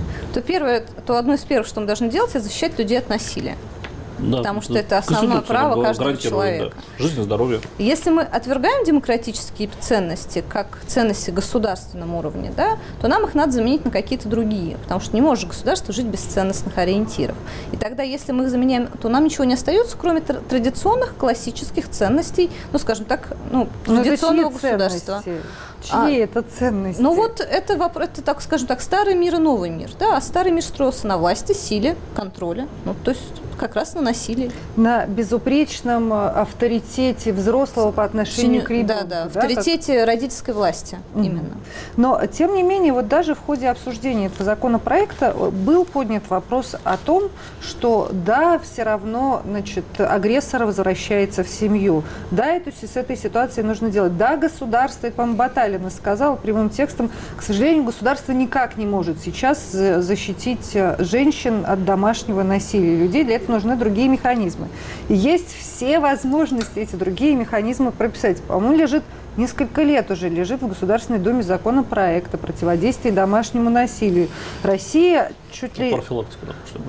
то одно из первых, что мы должны делать, это защищать людей от насилия. Да, потому что это основное право каждого человека. Да. Жизнь и здоровье. Если мы отвергаем демократические ценности как ценности государственном уровне, да, то нам их надо заменить на какие-то другие, потому что не может государство жить без ценностных ориентиров. И тогда, если мы их заменяем, то нам ничего не остается, кроме традиционных классических ценностей, ну, скажем так, традиционного государства. Чьи это ценности? Ну вот это, так скажем так, старый мир и новый мир. Да? А старый мир строился на власти, силе, контроле. Ну, то есть как раз на насилии. На безупречном авторитете взрослого по отношению к ребенку. Да, авторитете родительской власти именно. Но, тем не менее, вот даже в ходе обсуждения этого законопроекта был поднят вопрос о том, что да, все равно, значит, агрессор возвращается в семью. Да, с этой ситуацией нужно делать. Да, государство, это, по-моему, Баталина сказала прямым текстом, к сожалению, государство никак не может сейчас защитить женщин от домашнего насилия. Людей для этого нужны другие механизмы. И есть все возможности эти другие механизмы прописать. По-моему, несколько лет уже лежит в Государственной Думе законопроект о противодействии домашнему насилию. Россия чуть ли... Профилактика,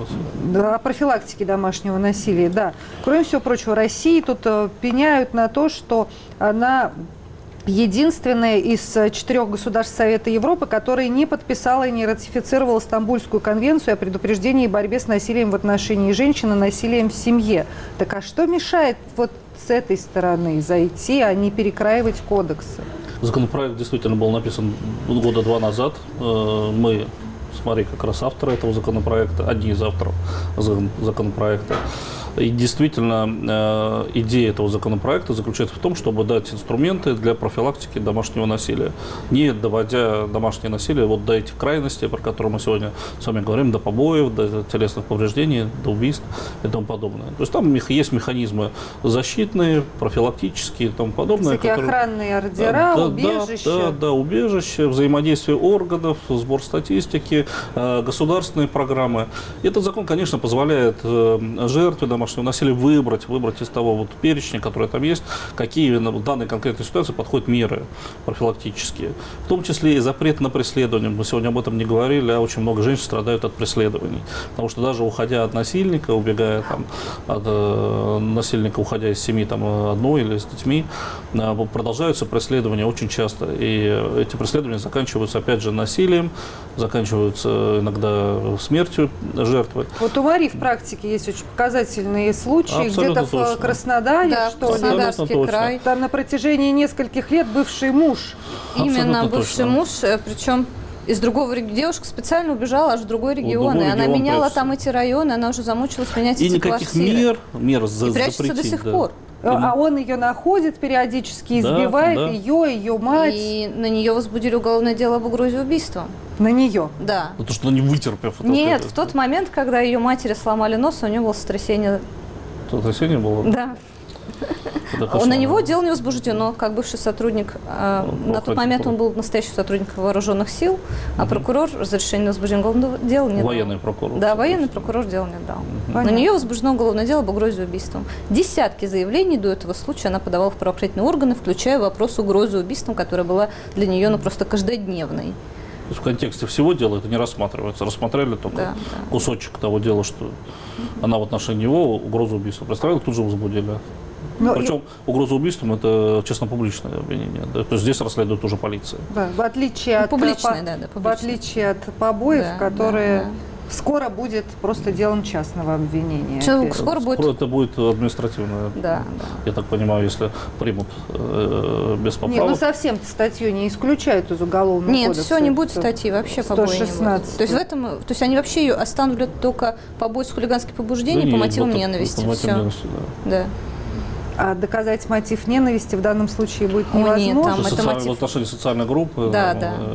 да, профилактики домашнего насилия, да. Кроме всего прочего, России тут пеняют на то, что она единственная из 4 государств Совета Европы, которая не подписала и не ратифицировала Стамбульскую конвенцию о предупреждении и борьбе с насилием в отношении женщин и насилием в семье. Так а что мешает вот с этой стороны зайти, а не перекраивать кодексы? Законопроект действительно был написан года 2 назад. Мы, смотри, как раз авторы этого законопроекта, одни из авторов законопроекта. И действительно, идея этого законопроекта заключается в том, чтобы дать инструменты для профилактики домашнего насилия, не доводя домашнее насилие вот до этих крайностей, про которые мы сегодня с вами говорим, до побоев, до телесных повреждений, до убийств и тому подобное. То есть там есть механизмы защитные, профилактические и тому подобное. Всякие охранные ордера, убежища. Да, убежища, взаимодействие органов, сбор статистики, государственные программы. И этот закон, конечно, позволяет жертве домашнего насилия выбрать из того вот перечня, который там есть, какие в данной конкретной ситуации подходят меры профилактические. В том числе и запрет на преследование. Мы сегодня об этом не говорили, а очень много женщин страдают от преследований. Потому что даже уходя от насильника, убегая там, от насильника, уходя из семьи там, одной или с детьми, продолжаются преследования очень часто. И эти преследования заканчиваются, опять же, насилием, заканчиваются иногда смертью жертвы. Вот у Марии в практике есть очень показательные случаи, абсолютно где-то точно. в Краснодаре, да, что Краснодарский край. Там на протяжении нескольких лет бывший муж. Именно абсолютно бывший точно. муж, причем из другого региона. Девушка специально убежала аж в другой регион, и она меняла прячется. Там эти районы, она уже замучилась менять и эти никаких квартиры. мер И прячется запретить, до сих да. пор. А он ее находит периодически, избивает ее мать. И на нее возбудили уголовное дело об угрозе убийством. На нее? Да. Потому что она не вытерпев. Нет, в тот момент, когда ее матери сломали нос, у нее было сотрясение. Сотрясение было? Да. На него дело не возбуждено, как бывший сотрудник. На тот момент он был настоящим сотрудником вооруженных сил, а прокурор разрешение на возбуждение уголовного дела не дал. Военный прокурор. Да, военный прокурор дело не дал. На нее возбуждено уголовное дело об угрозе убийством. Десятки заявлений до этого случая она подавала в правоохранительные органы, включая вопрос угрозы убийством, которая была для нее просто каждодневной. То есть в контексте всего дела это не рассматривается. Рассмотрели только кусочек того дела, что она в отношении него угрозу убийства представила, тут же возбудили. Причем угроза убийством – это честно-публичное обвинение. Да? То есть здесь расследует уже полиция. Да, в отличие от побоев, которые скоро будет просто делом частного обвинения. Скоро будет... Это будет административное. Да. Я так понимаю, если примут без поправок. Нет, совсем статью не исключают из Уголовного кодекса. Нет, все, не будет статьи, вообще побои не будет. То есть они вообще ее остановят только побои с хулиганских побуждений по мотивам ненависти. По мотивам ненависти, да. А доказать мотив ненависти в данном случае будет невозможно. Нет, в отношении социальной группы. Да.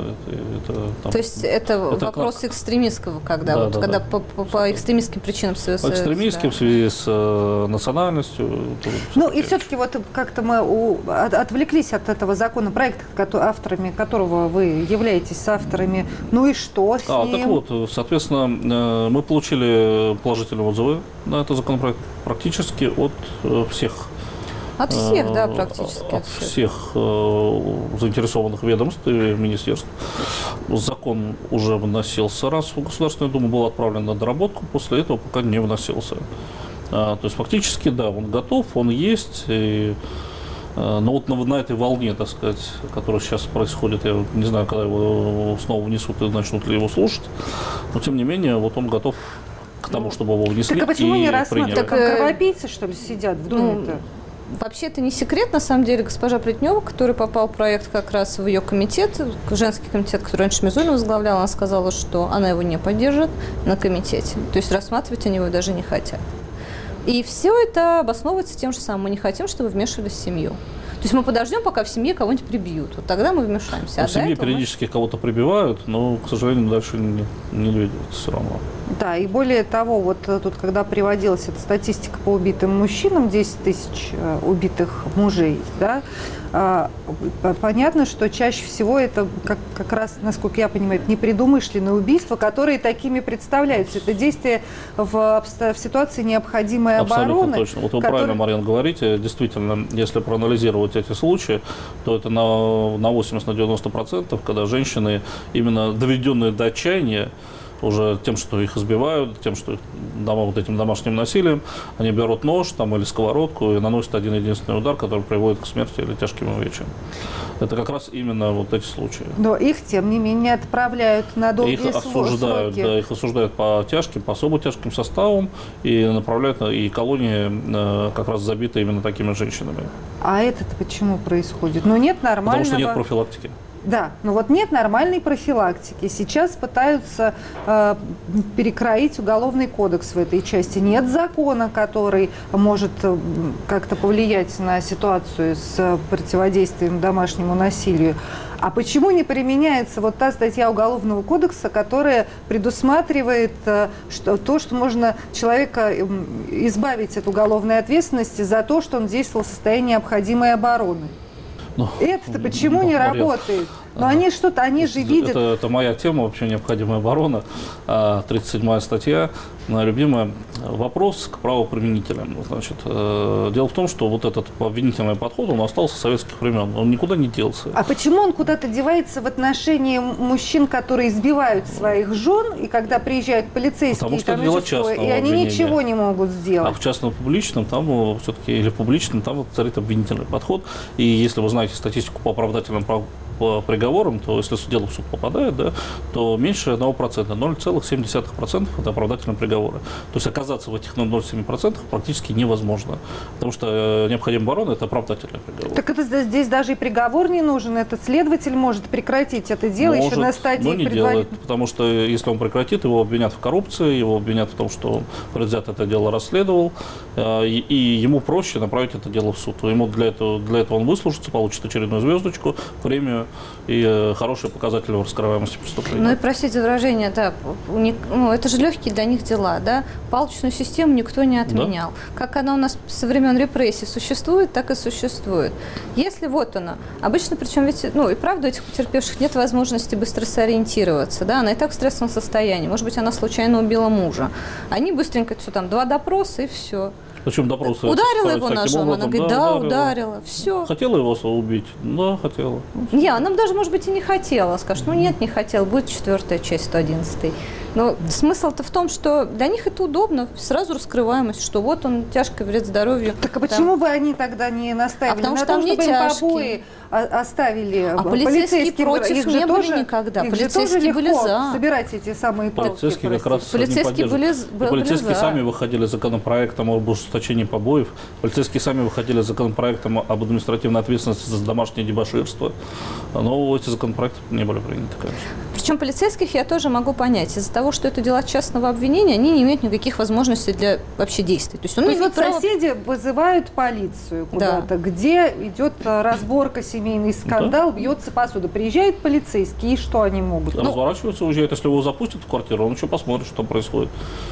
То есть это вопрос экстремистского, когда по экстремистским причинам связано. По экстремистским, в связи с национальностью. И все-таки вот как-то мы отвлеклись от этого законопроекта, авторами которого вы являетесь соавторами. Ну и что с ним? Так вот, соответственно, мы получили положительные отзывы на этот законопроект практически от всех. От всех, да, практически. От всех заинтересованных ведомств и министерств. Закон уже вносился раз в Государственную Думу, был отправлен на доработку, после этого пока не вносился. То есть фактически, да, он готов, он есть. Но вот на этой волне, так сказать, которая сейчас происходит, я не знаю, когда его снова внесут и начнут ли его слушать, но тем не менее, вот он готов к тому, чтобы его внесли. Так а почему не рассматривать? Так кровопийцы, что ли, сидят в Думе-то? Вообще это не секрет, на самом деле, госпожа Плетнева, который попал проект как раз в ее комитет, женский комитет, который раньше Мизулина возглавляла, она сказала, что она его не поддержит на комитете. То есть рассматривать они его даже не хотят. И все это обосновывается тем же самым. Мы не хотим, чтобы вмешивались в семью. То есть мы подождем, пока в семье кого-нибудь прибьют. Вот тогда мы вмешаемся. В семье периодически кого-то прибивают, но, к сожалению, дальше не двигаются все равно. Да, и более того, вот тут, когда приводилась эта статистика по убитым мужчинам, 10 тысяч убитых мужей, да, понятно, что чаще всего это как раз, насколько я понимаю, это непредумышленные убийства, которые такими представляются. Это действие в ситуации необходимой обороны. Абсолютно точно. Вот вы правильно, Марьяна, говорите. Действительно, если проанализировать эти случаи, то это на 80-90%, когда женщины, именно доведенные до отчаяния, уже тем, что их избивают, тем, что их вот этим домашним насилием, они берут нож или сковородку и наносят один единственный удар, который приводит к смерти или тяжким увечьям. Это как раз именно вот эти случаи. Но их, тем не менее, отправляют на долгие сроки. Их осуждают по тяжким, по особо тяжким составам и направляют, и колонии как раз забиты именно такими женщинами. А это-то почему происходит? Нет нормального... Потому что нет профилактики. Да, но вот нет нормальной профилактики. Сейчас пытаются перекроить Уголовный кодекс в этой части. Нет закона, который может как-то повлиять на ситуацию с противодействием домашнему насилию. А почему не применяется вот та статья Уголовного кодекса, которая предусматривает то, что можно человека избавить от уголовной ответственности за то, что он действовал в состоянии необходимой обороны? Это-то почему не работает? Но они же видят... Это моя тема, вообще необходимая оборона. 37-я статья, любимая. Вопрос к правоприменителям. Значит, дело в том, что вот этот обвинительный подход, он остался с советских времен. Он никуда не делся. А почему он куда-то девается в отношении мужчин, которые избивают своих жен, и когда приезжают полицейские, потому что дело частного и они обвинения. Ничего не могут сделать? А в частном-публичном там все-таки, или в публичном, там царит обвинительный подход. И если вы знаете статистику по оправдательным приговорам, то если дело в суд попадает, да, то меньше 1%, 0,7% это оправдательные приговоры. То есть оказаться в этих 0,7% практически невозможно, потому что необходимая оборона – это оправдательный приговор. Так это здесь даже и приговор не нужен, этот следователь может прекратить это дело еще на стадии предварительного. Но не делает, потому что если он прекратит, его обвинят в коррупции, его обвинят в том, что он предвзято это дело расследовал, и ему проще направить это дело в суд. Ему для этого он выслужится, получит очередную звездочку, премию и хорошие показатели в раскрываемости преступления. Ну и, простите выражение, да, это же легкие для них дела, да? Палочную систему никто не отменял. Да. Как она у нас со времен репрессий существует, так и существует. Если вот она, обычно, причем ведь, и правда у этих потерпевших нет возможности быстро сориентироваться, да, она и так в стрессовом состоянии, может быть, она случайно убила мужа. Они быстренько, 2 допроса и все. Причем допросы ударила его ножом, она говорит, да, ударила, все. Хотела его убить? Да, хотела. Она даже, может быть, и не хотела. Скажет, нет, не хотела, будет 4-я часть 111-й. Но смысл-то в том, что для них это удобно, сразу раскрываемость, что вот он тяжкий вред здоровью. Так а почему бы они тогда не настаивали потому на что том, там не чтобы им тяжкие. Побои оставили? А полицейские против их не же были тоже, никогда. Их Полицейские же тоже были легко за. собирать эти самые палки. Полицейские как раз Полицейские не были поддерживают. Полицейские за. сами выходили с законопроектом об ужесточении побоев. Полицейские сами выходили с законопроектом об административной ответственности за домашнее дебоширство. Но эти законопроекты не были приняты, конечно. Причем полицейских я тоже могу понять. Из-за того, что это дела частного обвинения, они не имеют никаких возможностей для вообще действий. То есть он То не есть имеет вот права... соседи вызывают полицию куда-то, где идет разборка, семейный скандал, бьется посуда. Приезжает полицейский, и что они могут? Разворачиваются, уезжают. Если его запустят в квартиру, он еще посмотрит, что там происходит.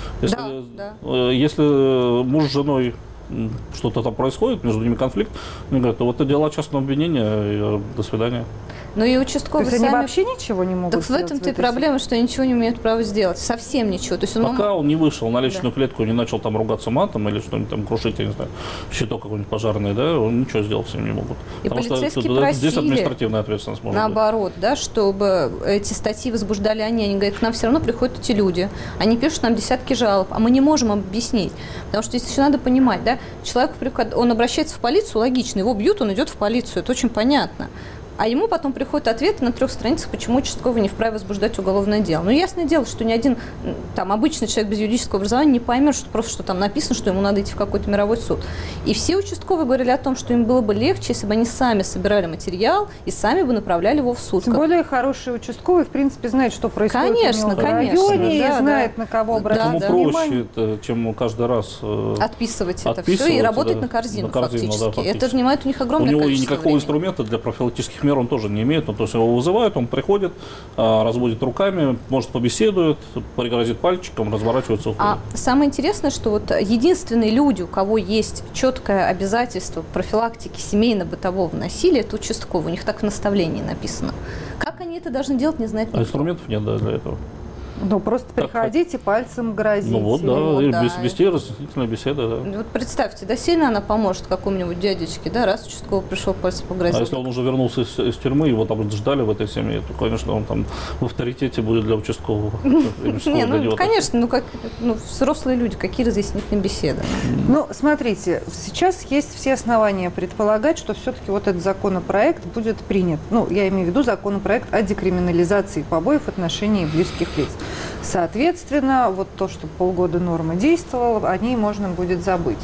Если муж с женой что-то там происходит, между ними конфликт, они говорят, вот это дела частного обвинения, до свидания. Ну и участковые То есть они сами... вообще ничего не могут Так в сделать? этом-то и проблема, что они ничего не имеют права сделать. Совсем ничего. То есть Пока он не вышел на личную клетку, не начал там ругаться матом или что-нибудь там крушить, я не знаю, щиток какой-нибудь пожарный, да, он ничего сделать с ним не могут. И потому что полицейские просили, здесь административная ответственность может наоборот, да, чтобы эти статьи возбуждали они. Они говорят, к нам все равно приходят эти люди. Они пишут нам десятки жалоб, а мы не можем объяснить. Потому что здесь еще надо понимать, да, человек, он обращается в полицию, логично, его бьют, он идет в полицию, это очень понятно. А ему потом приходит ответ на 3 страницах, почему участковый не вправе возбуждать уголовное дело. Ну, ясное дело, что ни один там обычный человек без юридического образования не поймет, что просто что там написано, что ему надо идти в какой-то мировой суд. И все участковые говорили о том, что им было бы легче, если бы они сами собирали материал и сами бы направляли его в суд. Тем более хороший участковый, в принципе, знает, что происходит конечно, у него в районе, да, и знает, на кого обратить внимание. Проще, чем каждый раз отписывать это все и работать на корзину, фактически. Это занимает у них огромное количество времени. У него и никакого инструмента для профилактических мер он тоже не имеет. То есть его вызывают, он приходит, разводит руками, может, побеседует, пригрозит пальчиком, разворачивается, уходит. А самое интересное, что вот единственные люди, у кого есть четкое обязательство профилактики семейно-бытового насилия, это участковые. У них так в наставлении написано. Как они это должны делать, не знает никто. А инструментов нет, да, для этого. Ну, просто приходите, пальцем грозите. Ну вот, да, вести разъяснительная беседа, да. Вот представьте, да, сильно она поможет какому-нибудь дядечке, да, раз участковый пришел, пальцем погрозить. А если он уже вернулся из тюрьмы, его там ждали в этой семье, то, конечно, он там в авторитете будет для участкового. Не, ну, конечно, взрослые люди, какие разъяснительные беседы? Ну, смотрите, сейчас есть все основания предполагать, что все-таки вот этот законопроект будет принят. Ну, я имею в виду законопроект о декриминализации побоев в отношении близких лиц. Соответственно, вот то, что полгода норма действовала, о ней можно будет забыть.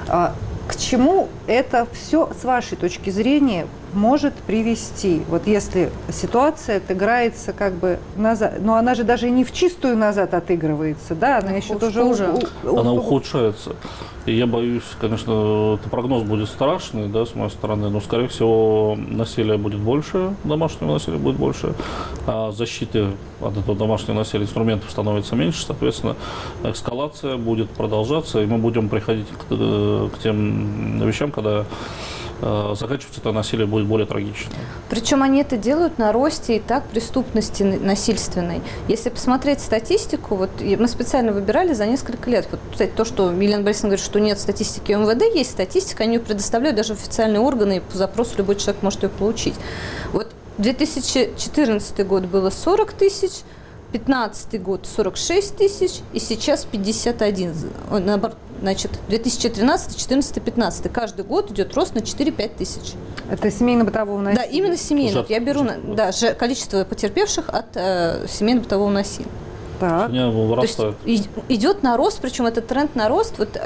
К чему это все, с вашей точки зрения, может привести? Вот если ситуация отыграется как бы назад, но она же даже и не в чистую назад отыгрывается, да, она еще тоже она ухудшается. И я боюсь, конечно, прогноз будет страшный, да, с моей стороны, но, скорее всего, насилия будет больше, домашнего насилия будет больше, а защиты от этого домашнего насилия, инструментов становится меньше, соответственно, эскалация будет продолжаться, и мы будем приходить к тем вещам, когда заканчиваться это насилие будет более трагично. Причем они это делают на росте и так преступности насильственной. Если посмотреть статистику, вот мы специально выбирали за несколько лет. Вот, кстати, то, что Елена Борисовна говорит, что нет статистики МВД, есть статистика, они ее предоставляют даже официальные органы, и по запросу любой человек может ее получить. Вот 2014 год было 40 тысяч, 2015 год 46 тысяч, и сейчас 51. Наоборот, значит, 2013, 2014, 2015. Каждый год идет рост на 4-5 тысяч. Это семейно-бытового насилия? Да, именно семейно. Я беру количество потерпевших от семейно-бытового насилия. Так. То есть идет на рост, причем этот тренд на рост, вот,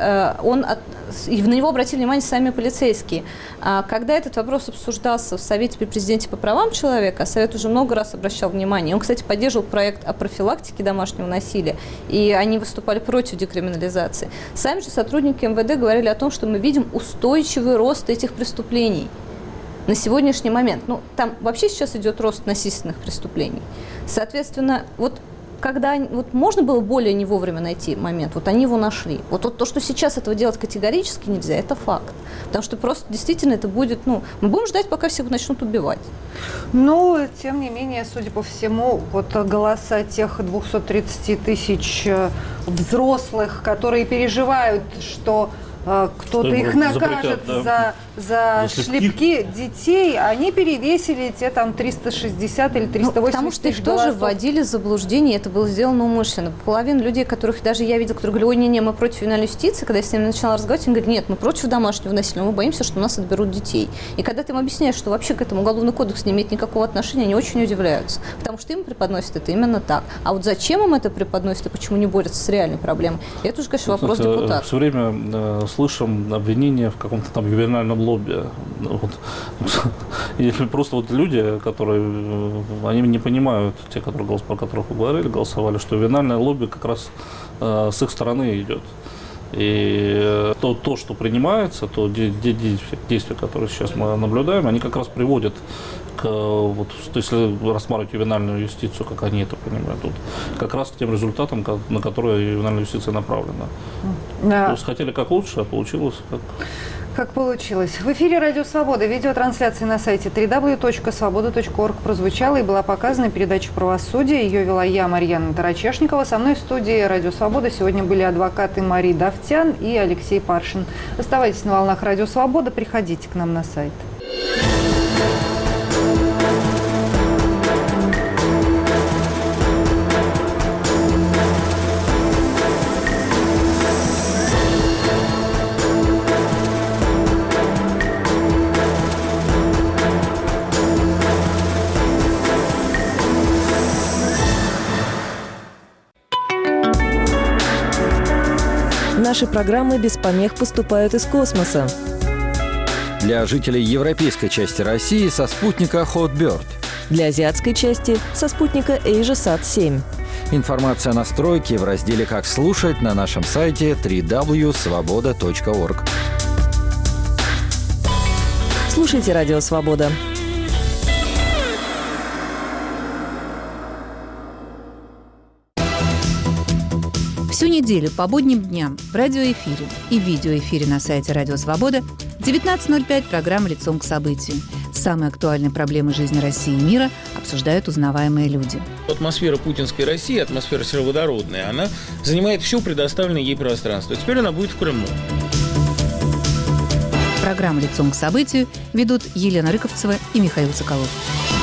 и на него обратили внимание сами полицейские. Когда этот вопрос обсуждался в Совете при Президенте по правам человека, Совет уже много раз обращал внимание. Он, кстати, поддерживал проект о профилактике домашнего насилия, и они выступали против декриминализации. Сами же сотрудники МВД говорили о том, что мы видим устойчивый рост этих преступлений на сегодняшний момент. Ну, там вообще сейчас идет рост насильственных преступлений. Соответственно, вот когда вот можно было более не вовремя найти момент, вот они его нашли. Вот то, что сейчас этого делать категорически нельзя, это факт. Потому что просто действительно это будет, мы будем ждать, пока всех начнут убивать. Но, тем не менее, судя по всему, вот голоса тех 230 тысяч взрослых, которые переживают, что кто-то их накажет за шлепки детей, они перевесили те там 360 или 380 потому что их тоже вводили в заблуждение, это было сделано умышленно. Половина людей, которых даже я видела, которые говорили, ой, не, мы против ювенальной юстиции, когда я с ними начинала разговаривать, они говорят, нет, мы против домашнего насилия, мы боимся, что у нас отберут детей. И когда ты им объясняешь, что вообще к этому уголовный кодекс не имеет никакого отношения, они очень удивляются, потому что им преподносят это именно так. А вот зачем им это преподносят и почему не борются с реальной проблемой, это уже, конечно, вопрос депутата. Все время слышим обвинения в каком-то там ювенальном лобби. Вот. И просто вот люди, которые, они не понимают, те, про которых вы говорили, голосовали, что ювенальное лобби как раз с их стороны идет. И то, что принимается, то действия, которые сейчас мы наблюдаем, они как раз приводят к, вот, если рассматривать ювенальную юстицию, как они это понимают, вот, как раз к тем результатам, на которые ювенальная юстиция направлена. Да. То есть хотели как лучше, а получилось как получилось. В эфире «Радио Свобода» видеотрансляции на сайте www.svoboda.org прозвучала и была показана передача «Правосудие». Ее вела я, Марьяна Тарачешникова. Со мной в студии «Радио Свобода» сегодня были адвокаты Мария Давтян и Алексей Паршин. Оставайтесь на волнах «Радио Свобода», приходите к нам на сайт. Наши программы без помех поступают из космоса. Для жителей европейской части России со спутника Hotbird. Для азиатской части со спутника AsiaSat-7. Информация о настройке в разделе «Как слушать» на нашем сайте www.svoboda.org. Слушайте «Радио Свобода». Всю неделю по будним дням в радиоэфире и видеоэфире на сайте «Радио Свобода» в 19:05 программа «Лицом к событию». Самые актуальные проблемы жизни России и мира обсуждают узнаваемые люди. Атмосфера путинской России, атмосфера сероводородная, она занимает все предоставленное ей пространство. Теперь она будет в Крыму. Программу «Лицом к событию» ведут Елена Рыковцева и Михаил Соколов.